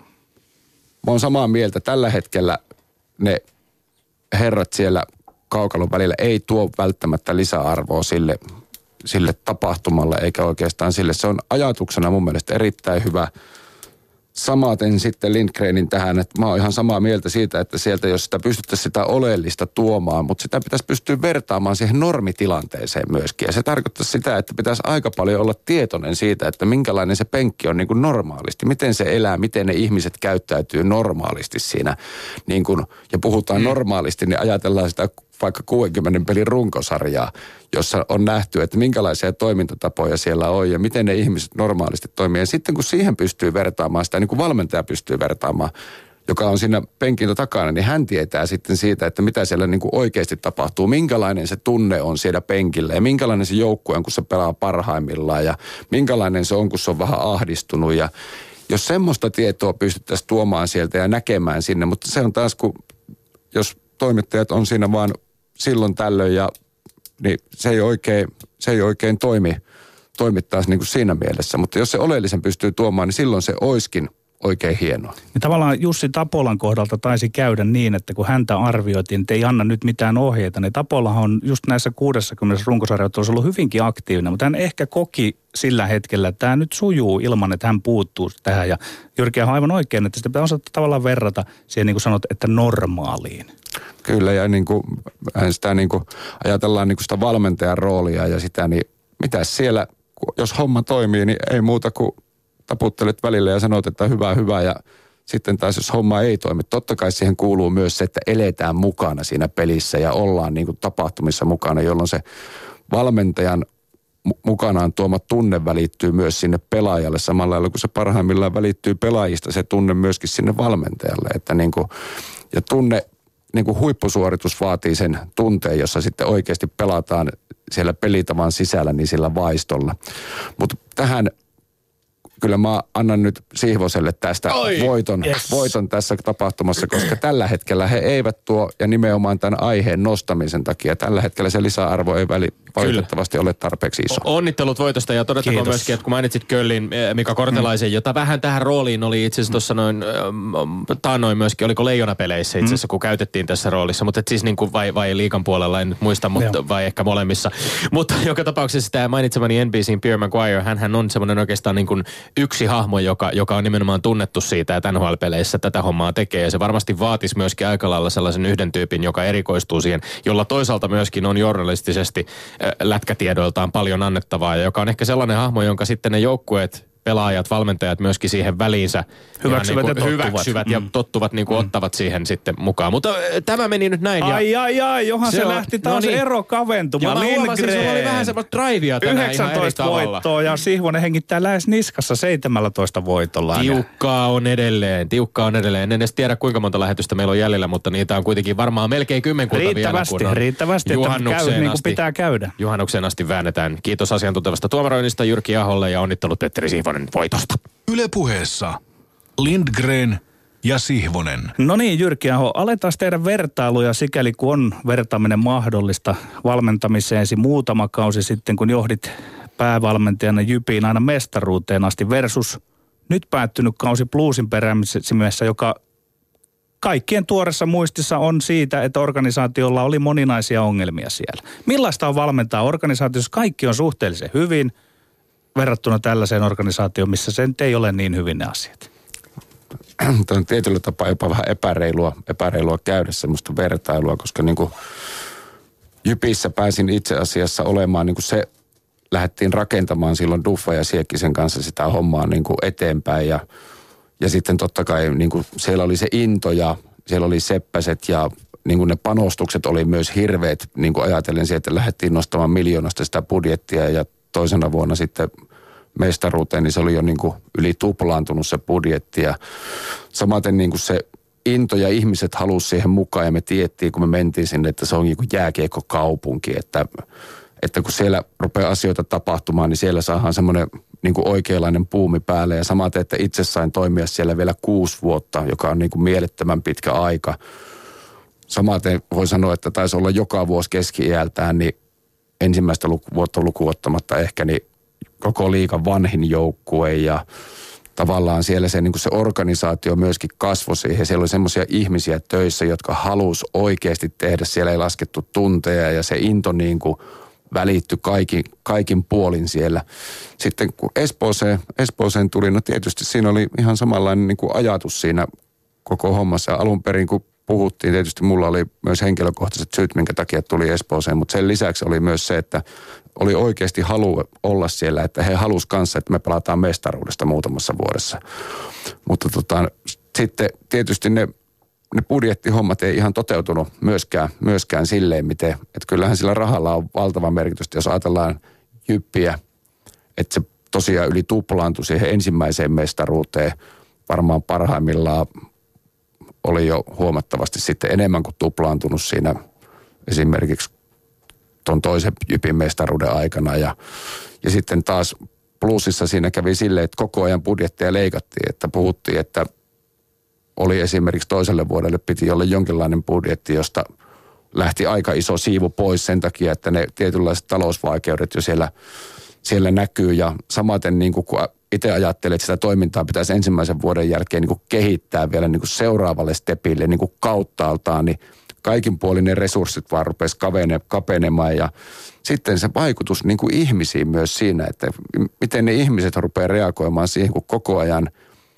mä oon samaa mieltä, tällä hetkellä ne herrat siellä kaukalon välillä ei tuo välttämättä lisäarvoa sille tapahtumalle, eikä oikeastaan sille. Se on ajatuksena mun mielestä erittäin hyvä. Samaten sitten Lindgrenin tähän, että mä oon ihan samaa mieltä siitä, että sieltä jos sitä pystyttäisiin sitä oleellista tuomaan, mutta sitä pitäisi pystyä vertaamaan siihen normitilanteeseen myöskin. Ja se tarkoittaa sitä, että pitäisi aika paljon olla tietoinen siitä, että minkälainen se penkki on niin kuin normaalisti. Miten se elää, miten ne ihmiset käyttäytyy normaalisti siinä. Niin kuin, ja puhutaan normaalisti, niin ajatellaan sitä vaikka 60 pelin runkosarjaa, jossa on nähty, että minkälaisia toimintatapoja siellä on ja miten ne ihmiset normaalisti toimii. Ja sitten kun siihen pystyy vertaamaan sitä, niin kuin valmentaja pystyy vertaamaan, joka on siinä penkin takana, niin hän tietää sitten siitä, että mitä siellä niin kuin oikeasti tapahtuu, minkälainen se tunne on siellä penkillä ja minkälainen se joukkue on, kun se pelaa parhaimmillaan ja minkälainen se on, kun se on vähän ahdistunut. Ja jos semmoista tietoa pystyttäisiin tuomaan sieltä ja näkemään sinne, mutta se on taas, kun jos toimittajat on siinä vaan silloin tällöin ja niin se ei oikein toimi taas niin kuin siinä mielessä. Mutta jos se oleellisen pystyy tuomaan, niin silloin se oiskin oikein hienoa. Ja tavallaan Jussi Tapolan kohdalta taisi käydä niin, että kun häntä arvioitiin, että ei anna nyt mitään ohjeita, niin Tapolahan on just näissä 60 runkosarjoittelussa ollut hyvinkin aktiivinen, mutta hän ehkä koki sillä hetkellä, että tämä nyt sujuu ilman, että hän puuttuu tähän. Ja Jyrki on aivan oikein, että sitä pitää osata tavallaan verrata siihen, niin kuin sanot, että normaaliin. Kyllä, ja niin kuin, sitä niin kuin, ajatellaan niin kuin sitä valmentajan roolia ja sitä, niin mitä siellä, jos homma toimii, niin ei muuta kuin taputtelet välillä ja sanot, että hyvä, ja sitten taas jos homma ei toimi. Totta kai siihen kuuluu myös se, että eletään mukana siinä pelissä ja ollaan niin kuin tapahtumissa mukana, jolloin se valmentajan mukanaan tuoma tunne välittyy myös sinne pelaajalle samalla lailla, kun se parhaimmillaan välittyy pelaajista se tunne myöskin sinne valmentajalle. Että niin kuin, ja tunne, niin kuin huippusuoritus vaatii sen tunteen, jossa sitten oikeasti pelataan siellä pelitavan sisällä niin sillä vaistolla. Mutta tähän kyllä mä annan nyt Sihvoselle tästä voiton tässä tapahtumassa, koska tällä hetkellä he eivät tuo, ja nimenomaan tämän aiheen nostamisen takia, tällä hetkellä se lisäarvo ei valitettavasti ole tarpeeksi iso. Onnittelut voitosta ja todettakoon myöskin, että kun mainitsit Köllin Mika Kortelaisen, jota vähän tähän rooliin oli itse asiassa tuossa taannoin myöskin, oliko Leijona-peleissä itse asiassa, kun käytettiin tässä roolissa, mutta siis niin kuin vai liigan puolella, en nyt muista, mutta vai ehkä molemmissa. Mutta joka tapauksessa tämä mainitsemani NBC:n Pierre Maguire, hänhän on semmoinen oikeastaan niin kuin yksi hahmo, joka on nimenomaan tunnettu siitä, että NHL-peleissä tätä hommaa tekee. Ja se varmasti vaatisi myöskin aika lailla sellaisen yhden tyypin, joka erikoistuu siihen, jolla toisaalta myöskin on journalistisesti lätkätiedoiltaan paljon annettavaa. Ja joka on ehkä sellainen hahmo, jonka sitten ne joukkueet, pelaajat, valmentajat myöskin siihen väliinsä hyväksyvät ja tottuvat niin kuin ottavat siihen sitten mukaan. Mutta tämä meni nyt näin. Johan se lähti taas ero kaventumaan. Ja mä huomasin, sulla oli vähän semmoista drivea tänään 19 voittoa ja Sihvonen hengittää lähes niskassa 17 voitolla. Tiukkaa on edelleen. En edes tiedä kuinka monta lähetystä meillä on jäljellä, mutta niitä on kuitenkin varmaan melkein kymmenkunta vielä. Riittävästi, että käy niin kuin pitää käydä. Juhannukseen asti väännetään. Kiitos asiantuntevasta tuomaroinnista Jyrki Aholle ja onnittelut Petteri Sihvonen voitosta. Yle Puheessa Lindgren ja Sihvonen. No niin, Jyrki Aho, aletaan tehdä vertailuja sikäli kun on vertaaminen mahdollista valmentamiseesi muutama kausi sitten, kun johdit päävalmentajana Jypiin aina mestaruuteen asti versus nyt päättynyt kausi Bluesin peräsimessä, joka kaikkien tuoressa muistissa on siitä, että organisaatiolla oli moninaisia ongelmia siellä. Millaista on valmentaa organisaatiossa? Kaikki on suhteellisen hyvin. verrattuna tällaiseen organisaatioon, missä se nyt ei ole niin hyvin ne asiat? Tämä on tietyllä tapaa jopa vähän epäreilua käydä semmoista vertailua, koska niin kuin Jypissä pääsin itse asiassa olemaan niin kuin se, lähdettiin rakentamaan silloin Duffa ja Siekkisen kanssa sitä hommaa niin kuin eteenpäin ja sitten totta kai niin kuin siellä oli se into ja siellä oli seppäset ja niin kuin ne panostukset oli myös hirveät, niin kuin ajatellen sieltä, että lähdettiin nostamaan miljoonasta sitä budjettia ja toisena vuonna sitten mestaruuteen, niin se oli jo niin kuin yli tuplaantunut se budjetti ja samaten niin kuin se into ja ihmiset halusi siihen mukaan ja me tiedettiin, kun me mentiin sinne, että se on niin kuin jääkiekkokaupunki, että kun siellä rupeaa asioita tapahtumaan, niin siellä saadaan semmoinen niin kuin oikeanlainen buumi päälle ja samaten, että itse sain toimia siellä vielä 6 vuotta, joka on niin kuin mielettömän pitkä aika. Samaten voi sanoa, että taisi olla joka vuosi keski-iältään, niin ensimmäistä vuotta lukuottamatta ehkä, niin koko liigan vanhin joukkue ja tavallaan siellä se, niin kuin se organisaatio myöskin kasvoi siihen. Siellä oli semmoisia ihmisiä töissä, jotka halusi oikeasti tehdä. Siellä ei laskettu tunteja ja se into niin kuin välittyi kaikin puolin siellä. Sitten kun Espooseen tuli, no tietysti siinä oli ihan samanlainen niin kuin ajatus siinä koko hommassa. Alun perin kun puhuttiin, tietysti mulla oli myös henkilökohtaiset syyt, minkä takia tuli Espooseen, mutta sen lisäksi oli myös se, että oli oikeasti halu olla siellä, että he halusivat kanssa, että me pelataan mestaruudesta muutamassa vuodessa. Mutta sitten tietysti ne budjettihommat ei ihan toteutunut myöskään silleen, miten, että kyllähän sillä rahalla on valtava merkitystä, jos ajatellaan Jyppiä, että se tosiaan yli tuplaantui siihen ensimmäiseen mestaruuteen, varmaan parhaimmillaan oli jo huomattavasti sitten enemmän kuin tuplaantunut siinä esimerkiksi tuon toisen Jypin mestaruuden aikana. Ja sitten taas plussissa siinä kävi silleen, että koko ajan budjetteja leikattiin, että puhuttiin, että oli esimerkiksi toiselle vuodelle piti olla jonkinlainen budjetti, josta lähti aika iso siivu pois sen takia, että ne tietynlaiset talousvaikeudet jo siellä näkyy. Ja samaten niin kuin kun itse ajattelin, että sitä toimintaa pitäisi ensimmäisen vuoden jälkeen niin kuin kehittää vielä niin kuin seuraavalle stepille niin kuin kauttaaltaan, niin kaikin puolin ne resurssit vaan rupesi kapenemaan ja sitten se vaikutus niin kuin ihmisiin myös siinä, että miten ne ihmiset rupeaa reagoimaan siihen, kun koko ajan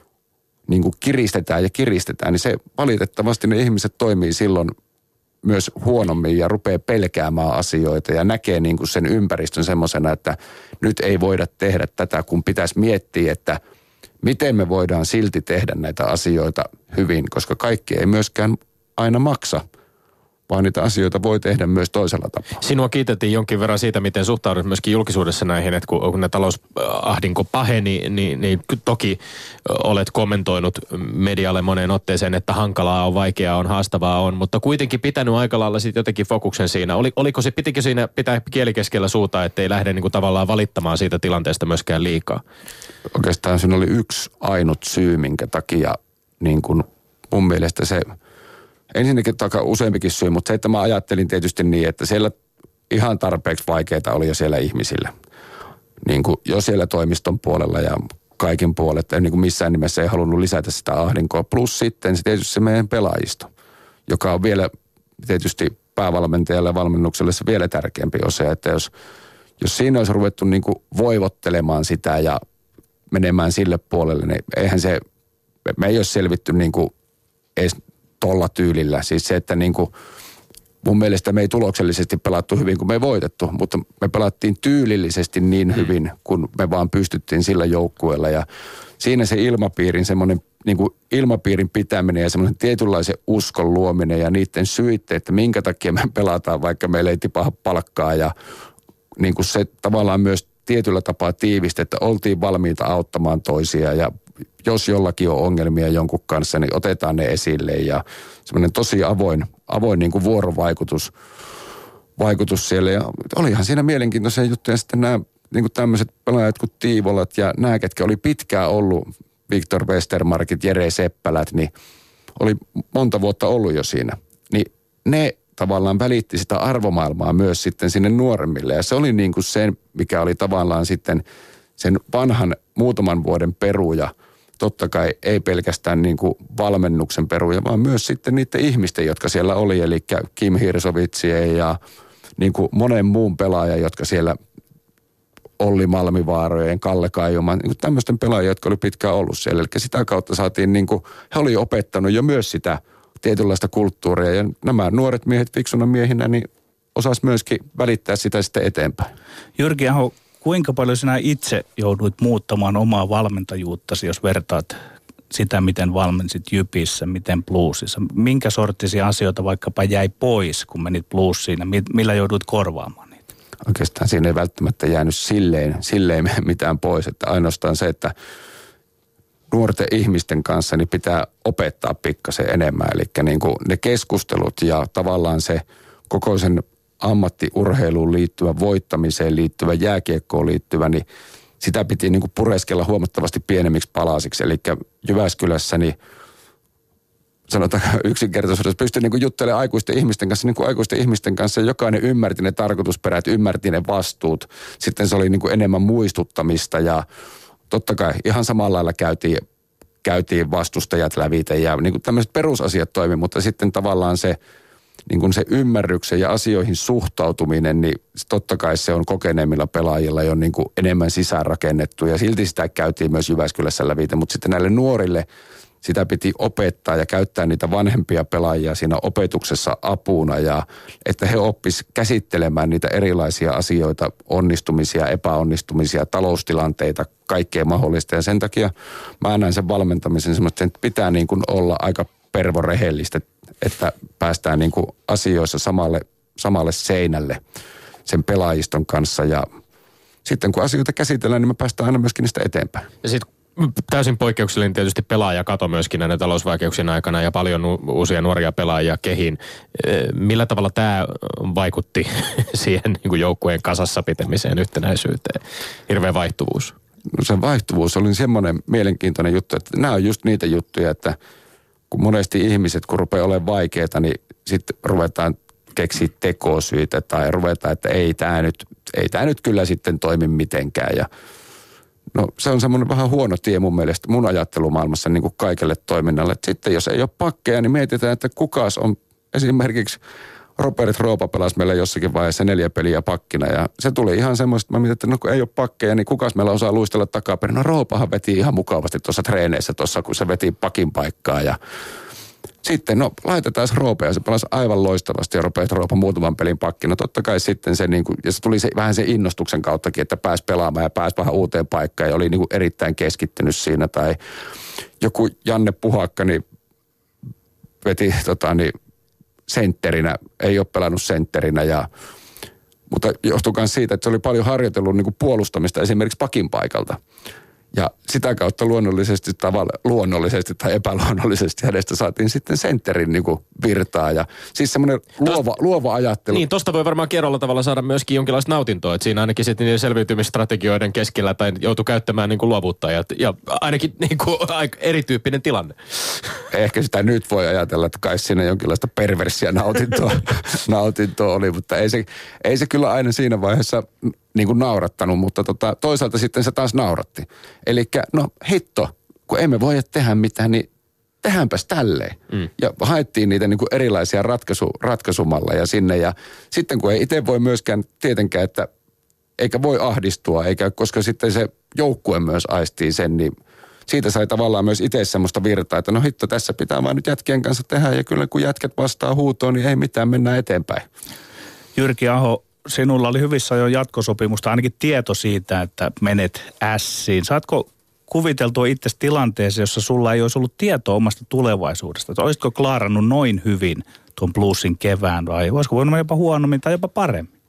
niin kuin kiristetään, niin se valitettavasti ne ihmiset toimii silloin myös huonommin ja rupeaa pelkäämään asioita ja näkee niin kuin sen ympäristön semmoisena, että nyt ei voida tehdä tätä, kun pitäisi miettiä, että miten me voidaan silti tehdä näitä asioita hyvin, koska kaikki ei myöskään aina maksa, vaan niitä asioita voi tehdä myös toisella tapaa. Sinua kiitettiin jonkin verran siitä, miten suhtaudut myöskin julkisuudessa näihin, että kun ne talousahdinko paheni, niin toki olet kommentoinut medialle moneen otteeseen, että hankalaa on, vaikeaa on, haastavaa on, mutta kuitenkin pitänyt aika lailla sitten jotenkin fokuksen siinä. Pitikö siinä pitää kieli keskellä suuta, ettei lähde niin kuin tavallaan valittamaan siitä tilanteesta myöskään liikaa? Oikeastaan siinä oli yksi ainut syy, minkä takia niin kuin mun mielestä se ensinnäkin useampikin syy, mutta se, että mä ajattelin tietysti niin, että siellä ihan tarpeeksi vaikeita oli jo siellä ihmisillä. Niin kuin jo siellä toimiston puolella ja kaikin puolella, niin kuin missään nimessä ei halunnut lisätä sitä ahdinkoa. Plus sitten se tietysti se meidän pelaajisto, joka on vielä tietysti päävalmentajalle ja valmennukselle se vielä tärkeämpi osa, että jos siinä olisi ruvettu niin kuin voivottelemaan sitä ja menemään sille puolelle, niin eihän se, me ei olisi selvitty niin kuin edes tolla tyylillä. Siis se, että niin kuin mun mielestä me ei tuloksellisesti pelattu hyvin, kun me ei voitettu, mutta me pelattiin tyylillisesti niin hyvin, kun me vaan pystyttiin sillä joukkueella. Ja siinä se ilmapiirin, semmoinen niin kuin ilmapiirin pitäminen ja semmoinen tietynlaisen uskon luominen ja niiden syitä, että minkä takia me pelataan, vaikka meillä ei tipaha palkkaa. Ja niin kuin se tavallaan myös tietyllä tapaa tiivistä, että oltiin valmiita auttamaan toisia ja jos jollakin on ongelmia jonkun kanssa, niin otetaan ne esille ja semmoinen tosi avoin niin kuin vuorovaikutus siellä. Ja olihan siinä mielenkiintoisia juttuja sitten nämä niin kuin tämmöiset pelaajat kuin Tiivolat ja nämä, ketkä oli pitkään ollut, Viktor Westermarkit, Jere Seppälät, niin oli monta vuotta ollut jo siinä. Niin ne tavallaan välitti sitä arvomaailmaa myös sitten sinne nuoremmille ja se oli niin kuin se, mikä oli tavallaan sitten sen vanhan muutaman vuoden peruja. Totta kai ei pelkästään niin kuin valmennuksen peruja, vaan myös sitten niiden ihmisten, jotka siellä oli, eli Kim Hirsovitsien ja niin kuin monen muun pelaajan, jotka siellä Olli Malmivaarojen, Kalle Kaijoman, niin tämmöisten pelaajia, jotka oli pitkään ollut siellä. Eli sitä kautta saatiin, niin kuin, he oli opettanut jo myös sitä tietynlaista kulttuuria. Ja nämä nuoret miehet fiksuna miehinä, niin osasi myöskin välittää sitä sitten eteenpäin. Jyrki Aho, kuinka paljon sinä itse jouduit muuttamaan omaa valmentajuuttasi, jos vertaat sitä, miten valmensit Jypissä, miten Bluesissa? Minkä sorttisia asioita vaikkapa jäi pois, kun menit Bluesiin, ja millä jouduit korvaamaan niitä? Oikeastaan siinä ei välttämättä jäänyt silleen mitään pois, että ainoastaan se, että nuorten ihmisten kanssa niin pitää opettaa pikkasen enemmän. Eli niin kuin ne keskustelut ja tavallaan se koko sen ammattiurheiluun liittyvä, voittamiseen liittyvä, jääkiekkoon liittyvä, niin sitä piti niin kuin pureskella huomattavasti pienemmiksi palasiksi. Eli Jyväskylässä, niin sanotaan yksinkertaisuudessa, pystyi niin kuin juttelemaan aikuisten ihmisten kanssa, niin kuin aikuisten ihmisten kanssa. Jokainen ymmärti ne tarkoitusperät, ymmärti ne vastuut. Sitten se oli niin kuin enemmän muistuttamista ja totta kai ihan samalla lailla käytiin vastustajat lävitä ja niin kuin tämmöiset perusasiat toimi, mutta sitten tavallaan se niin kuin se ymmärryksen ja asioihin suhtautuminen, niin totta kai se on kokeneemmilla pelaajilla jo niin kuin enemmän sisäänrakennettu ja silti sitä käytiin myös Jyväskylässä lävitä, mutta sitten näille nuorille sitä piti opettaa ja käyttää niitä vanhempia pelaajia siinä opetuksessa apuna ja että he oppis käsittelemään niitä erilaisia asioita, onnistumisia, epäonnistumisia, taloustilanteita, kaikkea mahdollista ja sen takia mä näen sen valmentamisen semmoista, että pitää niin kuin olla aika pervorehellistä, että päästään niin kuin asioissa samalle seinälle sen pelaajiston kanssa ja sitten kun asioita käsitellään, niin me päästään aina myöskin niistä eteenpäin. Ja sitten täysin poikkeuksellinen tietysti pelaaja-kato myöskin näiden talousvaikeuksien aikana ja paljon uusia nuoria pelaajia kehiin. Millä tavalla tämä vaikutti siihen niin kuin joukkueen kasassa pitämiseen, yhtenäisyyteen? Hirveä vaihtuvuus. No se vaihtuvuus oli semmoinen mielenkiintoinen juttu, että nämä on just niitä juttuja, että kun monesti ihmiset, kun rupeaa olemaan vaikeita, niin sitten ruvetaan keksiä tekosyitä tai ruvetaan, että ei tämä nyt kyllä sitten toimi mitenkään. Ja no se on semmoinen vähän huono tie mun mielestä, mun ajattelumaailmassa niin kuin kaikelle toiminnalle. Että sitten jos ei ole pakkeja, niin mietitään, että kukas on esimerkiksi Robert Roopa pelasi meillä jossakin vaiheessa 4 peliä pakkina ja se tuli ihan semmoista, mä mietin, että no kun ei ole pakkeja, niin kukas meillä osaa luistella takaperin. No Roopahan veti ihan mukavasti tuossa treeneissä tuossa, kun se veti pakin paikkaa ja sitten no laitetaan Roopa ja se pelasi aivan loistavasti ja Robert Roopa muutaman pelin pakkina. Totta kai sitten se niin kuin, ja se tuli vähän sen innostuksen kauttakin, että pääsi pelaamaan ja pääsi vähän uuteen paikkaan ja oli niin kuin erittäin keskittynyt siinä tai joku Janne Puhakka niin veti sentterinä, ei ole pelannut sentterinä mutta johtui myös siitä, että se oli paljon harjoitellut niin kuin puolustamista esimerkiksi pakin paikalta. Ja sitä kautta luonnollisesti tai epäluonnollisesti hänestä saatiin sitten sentterin niin kuin virtaa. Ja siis semmoinen luova ajattelu. Niin, tosta voi varmaan kierrolla tavalla saada myöskin jonkinlaista nautintoa. Että siinä ainakin sitten niiden selviytymisstrategioiden keskellä tai joutuu käyttämään niin kuin luovuutta. Ja ainakin niin kuin aika erityyppinen tilanne. Ehkä sitä nyt voi ajatella, että kai siinä jonkinlaista perversia nautintoa oli. Mutta ei se kyllä aina siinä vaiheessa niin kuin naurattanut, mutta toisaalta sitten se taas nauratti. Elikkä no hitto, kun emme voi tehdä mitään, niin tehdäänpäs tälleen. Ja haettiin niitä niin kuin erilaisia ratkaisumalleja sinne ja sitten kun ei itse voi myöskään tietenkään, että eikä voi ahdistua, koska sitten se joukkue myös aistii sen, niin siitä sai tavallaan myös itse semmoista virtaa, että no hitto, tässä pitää vaan nyt jätkien kanssa tehdä ja kyllä kun jätkät vastaa huutoon, niin ei mitään, mennään eteenpäin. Jyrki Aho, sinulla oli hyvissä ajoin jatkosopimusta, ainakin tieto siitä, että menet Ässiin. Saatko kuviteltua itse tilanteeseen, jossa sulla ei olisi ollut tietoa omasta tulevaisuudesta? Että olisitko klaarannut noin hyvin tuon Bluesin kevään vai olisiko voinut jopa huonommin tai jopa paremmin?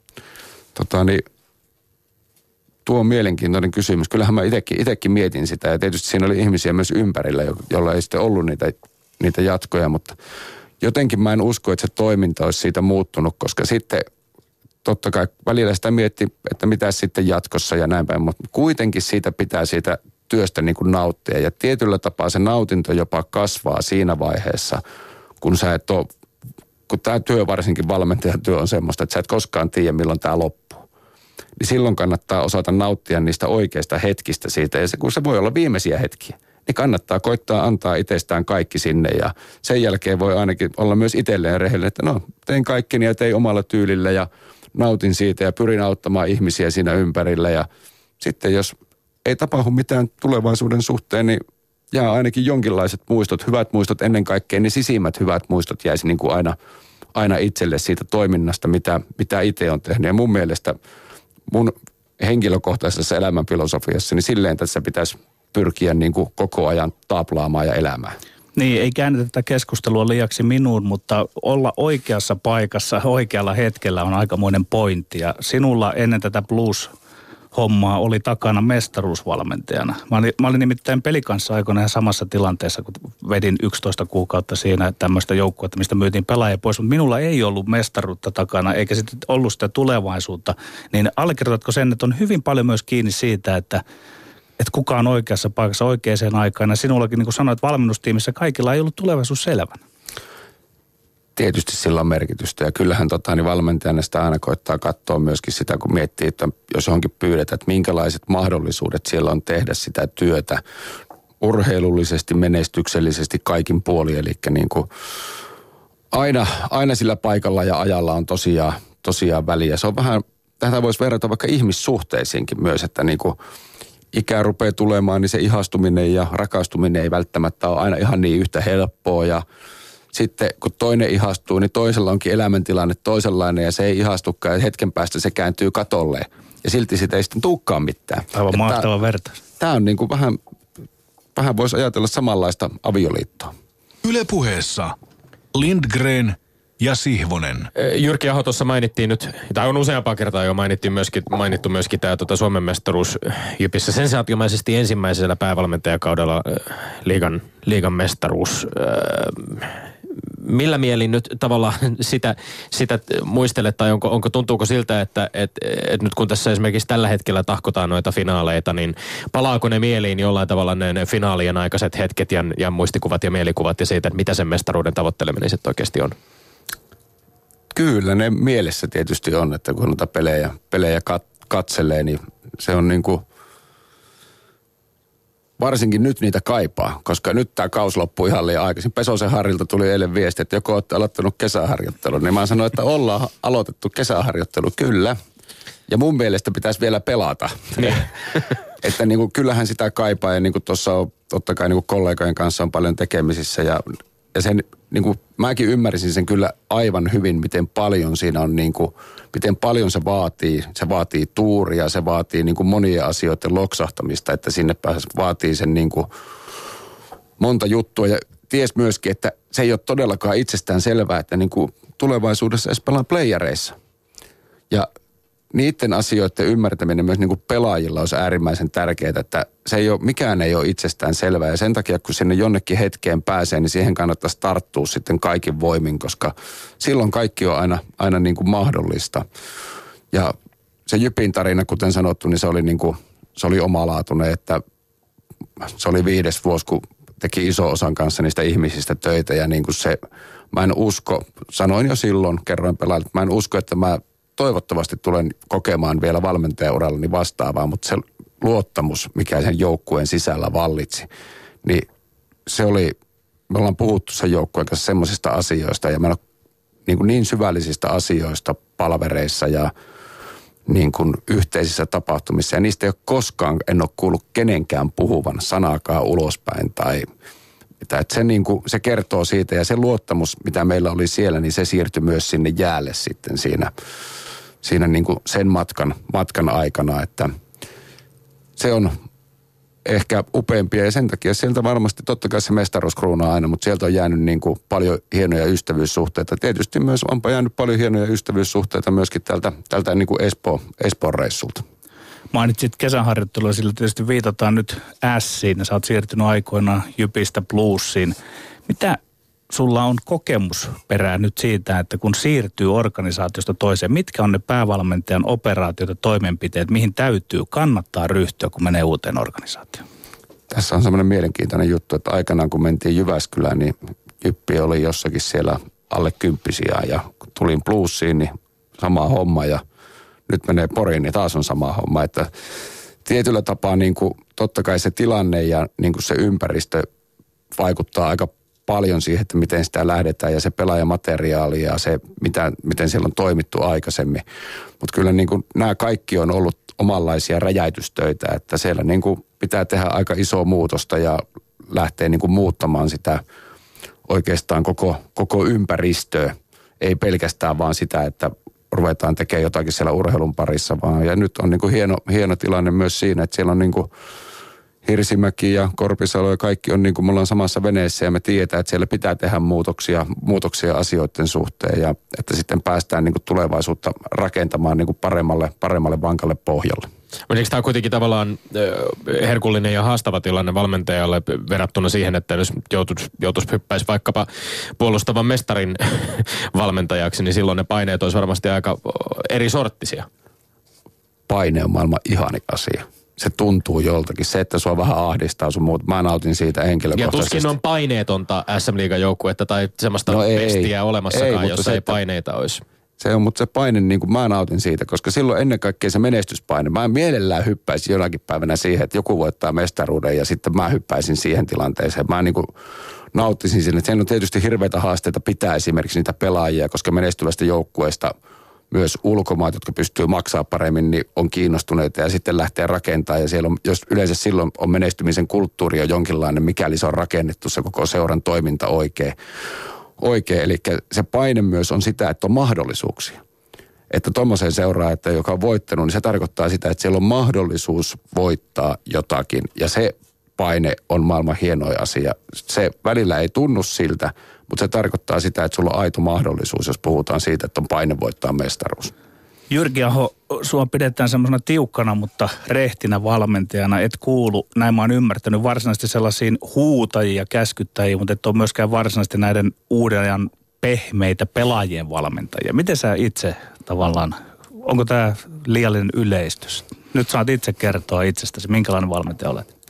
Tuo on mielenkiintoinen kysymys. Kyllähän mä itsekin mietin sitä ja tietysti siinä oli ihmisiä myös ympärillä, jolla ei sitten ollut niitä jatkoja, mutta jotenkin mä en usko, että se toiminta olisi siitä muuttunut, koska sitten totta kai välillä sitä mietti, että mitä sitten jatkossa ja näin päin, mutta kuitenkin siitä työstä niin kuin nauttia. Ja tietyllä tapaa se nautinto jopa kasvaa siinä vaiheessa, kun sä et ole, kun tämä työ, varsinkin valmentajan työ on semmoista, että sä et koskaan tiedä, milloin tämä loppuu. Niin silloin kannattaa osata nauttia niistä oikeista hetkistä siitä. Ja kun se voi olla viimeisiä hetkiä, niin kannattaa koittaa antaa itsestään kaikki sinne. Ja sen jälkeen voi ainakin olla myös itselleen rehellinen, että no, tein kaikkeni ja tein omalla tyylillä ja nautin siitä ja pyrin auttamaan ihmisiä siinä ympärillä. Ja sitten jos ei tapahdu mitään tulevaisuuden suhteen, niin jää ainakin jonkinlaiset muistot, hyvät muistot, ennen kaikkea ne sisimmät hyvät muistot jäisi niin kuin aina itselle siitä toiminnasta, mitä itse on tehnyt. Ja mun mielestä mun henkilökohtaisessa elämänfilosofiassa, niin silleen tässä pitäisi pyrkiä niin kuin koko ajan taaplaamaan ja elämään. Niin, ei käännetä tätä keskustelua liiaksi minuun, mutta olla oikeassa paikassa oikealla hetkellä on aikamoinen pointti. Ja sinulla ennen tätä blues-hommaa oli takana mestaruusvalmentajana. Mä olin nimittäin pelikanssa aikoina ihan samassa tilanteessa, kun vedin 11 kuukautta siinä tämmöistä joukkuetta, mistä myytiin pelaajia pois. Mutta minulla ei ollut mestaruutta takana, eikä sitten ollut sitä tulevaisuutta. Niin allekirjoitatko sen, että on hyvin paljon myös kiinni siitä, että kuka on oikeassa paikassa oikeaan aikaan. Ja sinullakin, niin kuin sanoit, valmennustiimissä kaikilla ei ollut tulevaisuus selvänä. Tietysti sillä on merkitystä. Ja kyllähän niin valmentajana sitä aina koittaa katsoa myöskin sitä, kun miettii, että jos johonkin pyydetään, että minkälaiset mahdollisuudet siellä on tehdä sitä työtä urheilullisesti, menestyksellisesti, kaikin puolin. Eli niin kuin aina sillä paikalla ja ajalla on tosiaan väliä. Se on vähän, tätä voisi verrata vaikka ihmissuhteisiinkin myös, että niin kuin ikää rupeaa tulemaan, niin se ihastuminen ja rakastuminen ei välttämättä ole aina ihan niin yhtä helppoa. Ja sitten kun toinen ihastuu, niin toisella onkin elämäntilanne toisenlainen ja se ei ihastukaan. Ja hetken päästä se kääntyy katolle ja silti sitä ei sitten tulekaan mitään. Aivan mahtava vertaus. Tämä on niin kuin vähän voisi ajatella samanlaista avioliittoa. Yle Puheessa Lindgren ja Sihvonen. Jyrki Aho tuossa mainittiin nyt, tai on useampaa kertaa jo mainittu myöskin tämä Suomen mestaruus Jypissä sensaatiomaisesti ensimmäisellä päävalmentajakaudella liigan mestaruus. Millä mielin nyt tavallaan sitä muistelet, tai tuntuuko siltä, että nyt kun tässä esimerkiksi tällä hetkellä tahkotaan noita finaaleita, niin palaako ne mieliin jollain tavalla ne finaalien aikaiset hetket ja muistikuvat ja mielikuvat ja siitä, että mitä sen mestaruuden tavoitteleminen sitten oikeasti on? Kyllä ne mielessä tietysti on, että kun noita pelejä katselee, niin se on niin kuin, varsinkin nyt niitä kaipaa, koska nyt tämä kausi loppuu ihan liian aikaisin. Pesosen Harrilta tuli eilen viesti, että joko olette aloittanut kesäharjoittelun, niin mä sanoin, että ollaan aloitettu kesäharjoittelu, kyllä. Ja mun mielestä pitäisi vielä pelata. Että niin kuin, kyllähän sitä kaipaa ja niin kuin tuossa on totta kai niin kuin kollegojen kanssa on paljon tekemisissä ja sen niin kuin mäkin ymmärsin sen kyllä aivan hyvin, miten paljon siinä on niin kuin, miten paljon se vaatii. Se vaatii tuuria, se vaatii niin kuin monien asioiden loksahtamista, että sinne vaatii sen niin kuin monta juttua. Ja ties myöskin, että se ei ole todellakaan itsestään selvää, että niin kuin tulevaisuudessa edes pelaan playereissa. Ja niiden asioiden ymmärtäminen myös niin kuin pelaajilla olisi äärimmäisen tärkeää, että mikään ei ole itsestään selvää. Ja sen takia, kun sinne jonnekin hetkeen pääsee, niin siihen kannattaisi tarttua sitten kaikin voimin, koska silloin kaikki on aina niin kuin mahdollista. Ja se Jypin tarina, kuten sanottu, niin se oli omalaatuinen, että se oli 5. vuosi, kun teki iso osan kanssa niistä ihmisistä töitä. Ja niin kuin mä en usko, sanoin jo silloin, kerroin pelaajille, että mä en usko, että mä toivottavasti tulen kokemaan vielä valmentajaurallani vastaavaa, mutta se luottamus, mikä sen joukkueen sisällä vallitsi, niin se oli, me ollaan puhuttu sen joukkueen kanssa semmoisista asioista ja mä niin syvällisistä asioista palvereissa ja niin kuin yhteisissä tapahtumissa ja niistä ei ole koskaan, en ole kuullut kenenkään puhuvan sanaakaan ulospäin tai että se kertoo siitä ja se luottamus, mitä meillä oli siellä, niin se siirtyi myös sinne jäälle sitten siinä niin kuin sen matkan aikana, että se on ehkä upeampia ja sen takia sieltä varmasti totta kai se mestaruus kruunaa aina, mutta sieltä on jäänyt niin kuin paljon hienoja ystävyyssuhteita. Tietysti myös onpa jäänyt paljon hienoja ystävyyssuhteita myöskin tältä niin kuin Espoon reissulta. Mainitsit kesäharjoittelua, sillä tietysti viitataan nyt Ässiin ja sä oot siirtynyt aikoinaan Jypistä Bluesiin. Mitä sulla on kokemusperää nyt siitä, että kun siirtyy organisaatiosta toiseen, mitkä on ne päävalmentajan operaatiot ja toimenpiteet, mihin kannattaa ryhtyä, kun menee uuteen organisaatioon? Tässä on semmoinen mielenkiintoinen juttu, että aikanaan kun mentiin Jyväskylään, niin Jyppi oli jossakin siellä alle 10 ja kun tulin Bluesiin, niin sama homma ja nyt menee Poriin, niin taas on sama homma, että tietyllä tapaa niin kuin, totta kai se tilanne ja niin kuin se ympäristö vaikuttaa aika paljon siihen, että miten sitä lähdetään ja se pelaajamateriaali ja se, miten siellä on toimittu aikaisemmin. Mutta kyllä niin kuin nämä kaikki on ollut omanlaisia räjäytystöitä, että siellä niin kuin pitää tehdä aika isoa muutosta ja lähteä niin kuin muuttamaan sitä oikeastaan koko ympäristöä. Ei pelkästään vaan sitä, että ruvetaan tekemään jotakin siellä urheilun parissa, vaan ja nyt on niin kuin hieno tilanne myös siinä, että siellä on niin kuin Hirsimäki ja Korpisalo ja kaikki on niin kuin me ollaan samassa veneessä ja me tiedetään, että siellä pitää tehdä muutoksia asioiden suhteen ja että sitten päästään niin kuin tulevaisuutta rakentamaan niin kuin paremmalle vankalle pohjalle. Eikö tämä kuitenkin tavallaan herkullinen ja haastava tilanne valmentajalle verrattuna siihen, että jos joutuisi hyppäisi vaikkapa puolustavan mestarin valmentajaksi, niin silloin ne paineet olisi varmasti aika eri sorttisia. Paine on maailman ihani asia. Se tuntuu joltakin. Se, että sua vähän ahdistaa sun muut. Mä nautin siitä henkilökohtaisesti. Ja tuskin on paineetonta SM-liigan joukkuetta tai semmoista pestiä olemassakaan, jossa ei paineita olisi. Se on, mutta se paine, niin kuin mä nautin siitä, koska silloin ennen kaikkea se menestyspaine. Mä mielellään hyppäisin jonakin päivänä siihen, että joku voittaa mestaruuden ja sitten mä hyppäisin siihen tilanteeseen. Mä niin kuin nauttisin siinä. Siinä on tietysti hirveitä haasteita pitää esimerkiksi niitä pelaajia, koska menestyvästä joukkueesta myös ulkomaat, jotka pystyy maksaa paremmin, niin on kiinnostuneita ja sitten lähtee rakentamaan. Ja siellä on, jos yleensä silloin on menestymisen kulttuuri on jonkinlainen, mikäli se on rakennettu se koko seuran toiminta oikein. Eli se paine myös on sitä, että on mahdollisuuksia. Että tuommoisen seuraa, että joka on voittanut, niin se tarkoittaa sitä, että siellä on mahdollisuus voittaa jotakin. Ja se paine on maailman hienoin asia. Se välillä ei tunnu siltä, mutta se tarkoittaa sitä, että sulla on aito mahdollisuus, jos puhutaan siitä, että on paine voittaa mestaruus. Jyrki Aho, sua pidetään semmoisena tiukkana, mutta rehtinä valmentajana. Et kuulu, näin mä oon ymmärtänyt, varsinaisesti sellaisiin huutajia, käskyttäjiä, mutta et ole myöskään varsinaisesti näiden uuden ajan pehmeitä pelaajien valmentajia. Miten sä itse tavallaan, onko tämä liiallinen yleistys? Nyt saat itse kertoa itsestäsi, minkälainen valmentaja olet.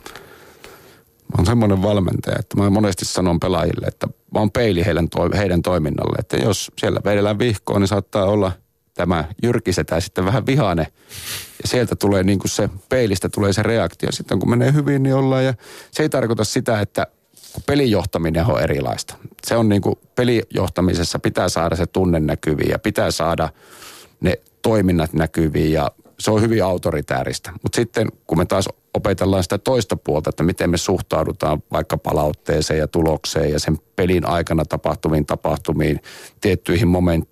Mä oon semmoinen valmentaja, että mä monesti sanon pelaajille, että mä oon peili heidän toiminnalle. Että jos siellä vedellään vihkoon, niin saattaa olla tämä jyrkisetä sitten vähän vihane. Ja sieltä tulee niin kuin se, peilistä tulee se reaktio. Sitten kun menee hyvin, niin ollaan. Ja se ei tarkoita sitä, että pelijohtaminen on erilaista. Se on niin kuin pelijohtamisessa pitää saada se tunne näkyviin ja pitää saada ne toiminnat näkyviin ja se on hyvin autoritääristä. Mutta sitten kun me taas opetellaan sitä toista puolta, että miten me suhtaudutaan vaikka palautteeseen ja tulokseen ja sen pelin aikana tapahtumiin, tiettyihin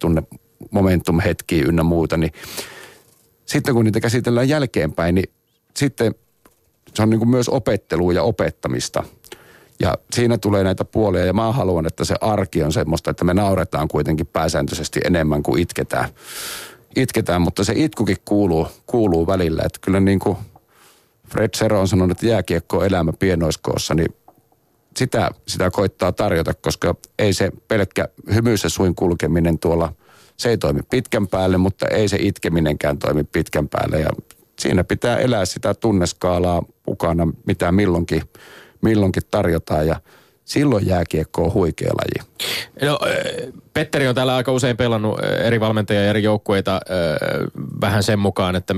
momentum-hetkiin ynnä muuta, niin sitten kun niitä käsitellään jälkeenpäin, niin sitten se on niin kuin myös opettelua ja opettamista. Ja siinä tulee näitä puolia ja mä haluan, että se arki on semmoista, että me nauretaan kuitenkin pääsääntöisesti enemmän kuin itketään, mutta se itkukin kuuluu välillä. Että kyllä niin kuin Fred Sero on sanonut, että jääkiekko on elämä pienoiskoossa, niin sitä koittaa tarjota, koska ei se pelkkä hymyissä suin kulkeminen tuolla, se ei toimi pitkän päälle, mutta ei se itkeminenkään toimi pitkän päälle. Ja siinä pitää elää sitä tunneskaalaa mukana, mitä milloinkin tarjotaan ja silloin jääkiekko on huikea laji. No, Petteri on täällä aika usein pelannut eri valmentajia ja eri joukkueita vähän sen mukaan, että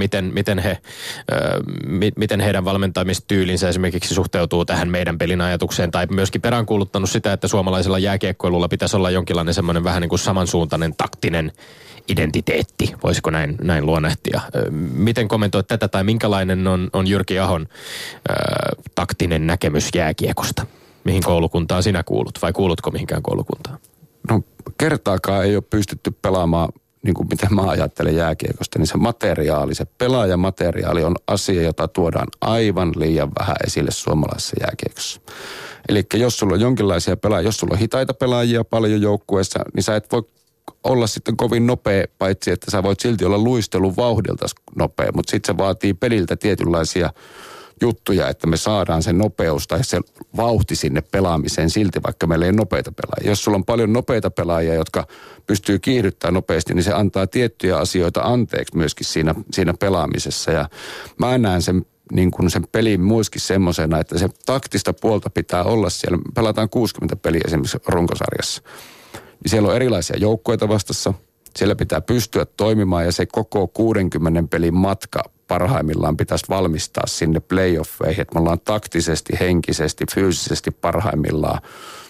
miten heidän valmentamistyylinsä esimerkiksi suhteutuu tähän meidän pelin ajatukseen, tai myöskin peräänkuuluttanut sitä, että suomalaisella jääkiekkoilulla pitäisi olla jonkinlainen semmoinen vähän niin kuin samansuuntainen taktinen identiteetti, voisiko näin luonnehtia. Miten kommentoit tätä, tai minkälainen on Jyrki Ahon taktinen näkemys jääkiekosta? Mihin koulukuntaan sinä kuulut, vai kuulutko mihinkään koulukuntaan? No kertaakaan ei ole pystytty pelaamaan, niin kuin mitä mä ajattelen jääkiekosta, niin se materiaali, se pelaajamateriaali on asia, jota tuodaan aivan liian vähän esille suomalaisessa jääkiekossa. Eli jos sulla on jonkinlaisia pelaajia, jos sulla on hitaita pelaajia paljon joukkueessa, niin sä et voi olla sitten kovin nopea, paitsi että sä voit silti olla luistelun vauhdilta nopea, mutta sitten se vaatii peliltä tietynlaisia juttuja, että me saadaan se nopeus tai se vauhti sinne pelaamiseen silti, vaikka meillä ei ole nopeita pelaajia. Jos sulla on paljon nopeita pelaajia, jotka pystyy kiihdyttämään nopeasti, niin se antaa tiettyjä asioita anteeksi myöskin siinä pelaamisessa. Ja mä näen sen, niin kuin sen pelin myöskin semmoisena, että se taktista puolta pitää olla siellä. Pelataan 60 peliä esimerkiksi runkosarjassa. Siellä on erilaisia joukkoita vastassa. Siellä pitää pystyä toimimaan ja se koko 60 pelin matka parhaimmillaan pitäisi valmistaa sinne playoffeihin, että me ollaan taktisesti, henkisesti, fyysisesti parhaimmillaan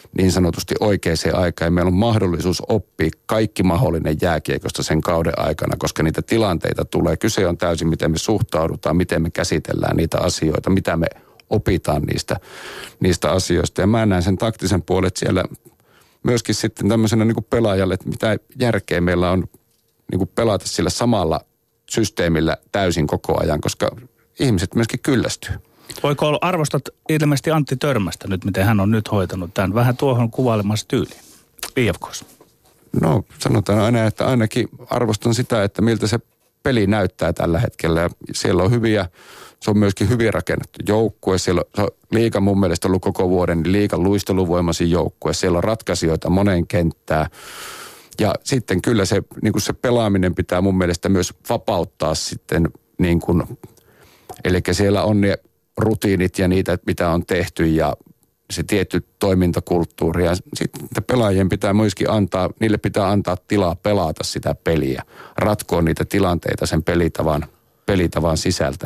niin sanotusti oikeaan aikaan. Ja meillä on mahdollisuus oppia kaikki mahdollinen jääkiekosta sen kauden aikana, koska niitä tilanteita tulee. Kyse on täysin, miten me suhtaudutaan, miten me käsitellään niitä asioita, mitä me opitaan niistä asioista. Ja mä näen sen taktisen puolet siellä myöskin sitten tämmöisenä niin kuin pelaajalle, että mitä järkeä meillä on niin kuin pelata sillä samalla systeemillä täysin koko ajan, koska ihmiset myöskin kyllästyy. Voiko olla, arvostat ilmeisesti Antti Törmästä nyt, miten hän on nyt hoitanut tämän vähän tuohon kuvailemassa tyyliin IFK:ssa? No sanotaan aina, että ainakin arvostan sitä, että miltä se peli näyttää tällä hetkellä. Ja siellä on se on myöskin hyvin rakennettu joukkue. Siellä on liigan mun mielestä ollut koko vuoden niin liigan luisteluvoimaisin joukkue. Siellä on ratkaisijoita moneen kenttään. Ja sitten kyllä se, niin kuin se pelaaminen pitää mun mielestä myös vapauttaa sitten niin kuin, eli siellä on ne rutiinit ja niitä, mitä on tehty ja se tietty toimintakulttuuri. Ja sitten pelaajien pitää myöskin niille pitää antaa tilaa pelata sitä peliä, ratkoa niitä tilanteita sen pelitavan sisältä.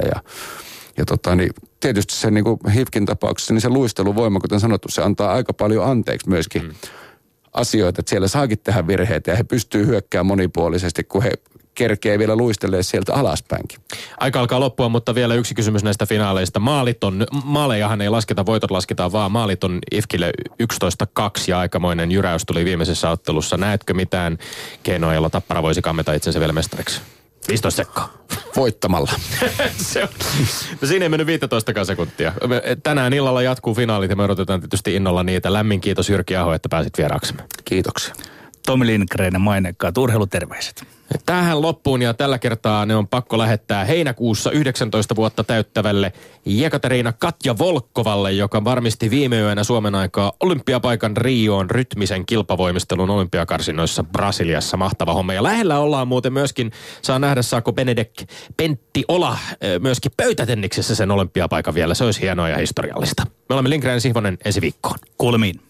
Ja tietysti se niin kuin HIFKin tapauksessa, niin se luisteluvoima, kuten sanottu, se antaa aika paljon anteeksi myöskin asioita, että siellä saakin tehdä virheitä ja he pystyy hyökkäämään monipuolisesti, kun he kerkee vielä luistelee sieltä alaspäinkin. Aika alkaa loppua, mutta vielä yksi kysymys näistä finaaleista. Maalejahan ei lasketa, voitot lasketaan vaan. Maalit on IFKille 11-2 ja aikamoinen jyräys tuli viimeisessä ottelussa. Näetkö mitään keinoa, jolla Tappara voisi kammeta itsensä vielä mestariksi? 15 sekkaa. Voittamalla. No siinä ei mennyt 15 sekuntia. Tänään illalla jatkuu finaalit ja me odotetaan tietysti innolla niitä. Lämmin kiitos Jyrki Aho, että pääsit vieraaksemme. Kiitoksia. Tomi Lindgren, maineikkaat urheiluterveiset. Tähän loppuun ja tällä kertaa ne on pakko lähettää heinäkuussa 19 vuotta täyttävälle Jekateriina Katja Volkkovalle, joka varmisti viime yönä Suomen aikaa olympiapaikan Rioon rytmisen kilpavoimistelun olympiakarsinnoissa Brasiliassa. Mahtava homma. Ja lähellä ollaan muuten myöskin, saa nähdä saako Benedek Pentti Ola myöskin pöytätenniksessä sen olympiapaikan vielä. Se olisi hienoa ja historiallista. Me olemme Lindgren Sihvonen ensi viikkoon. Kuulemiin.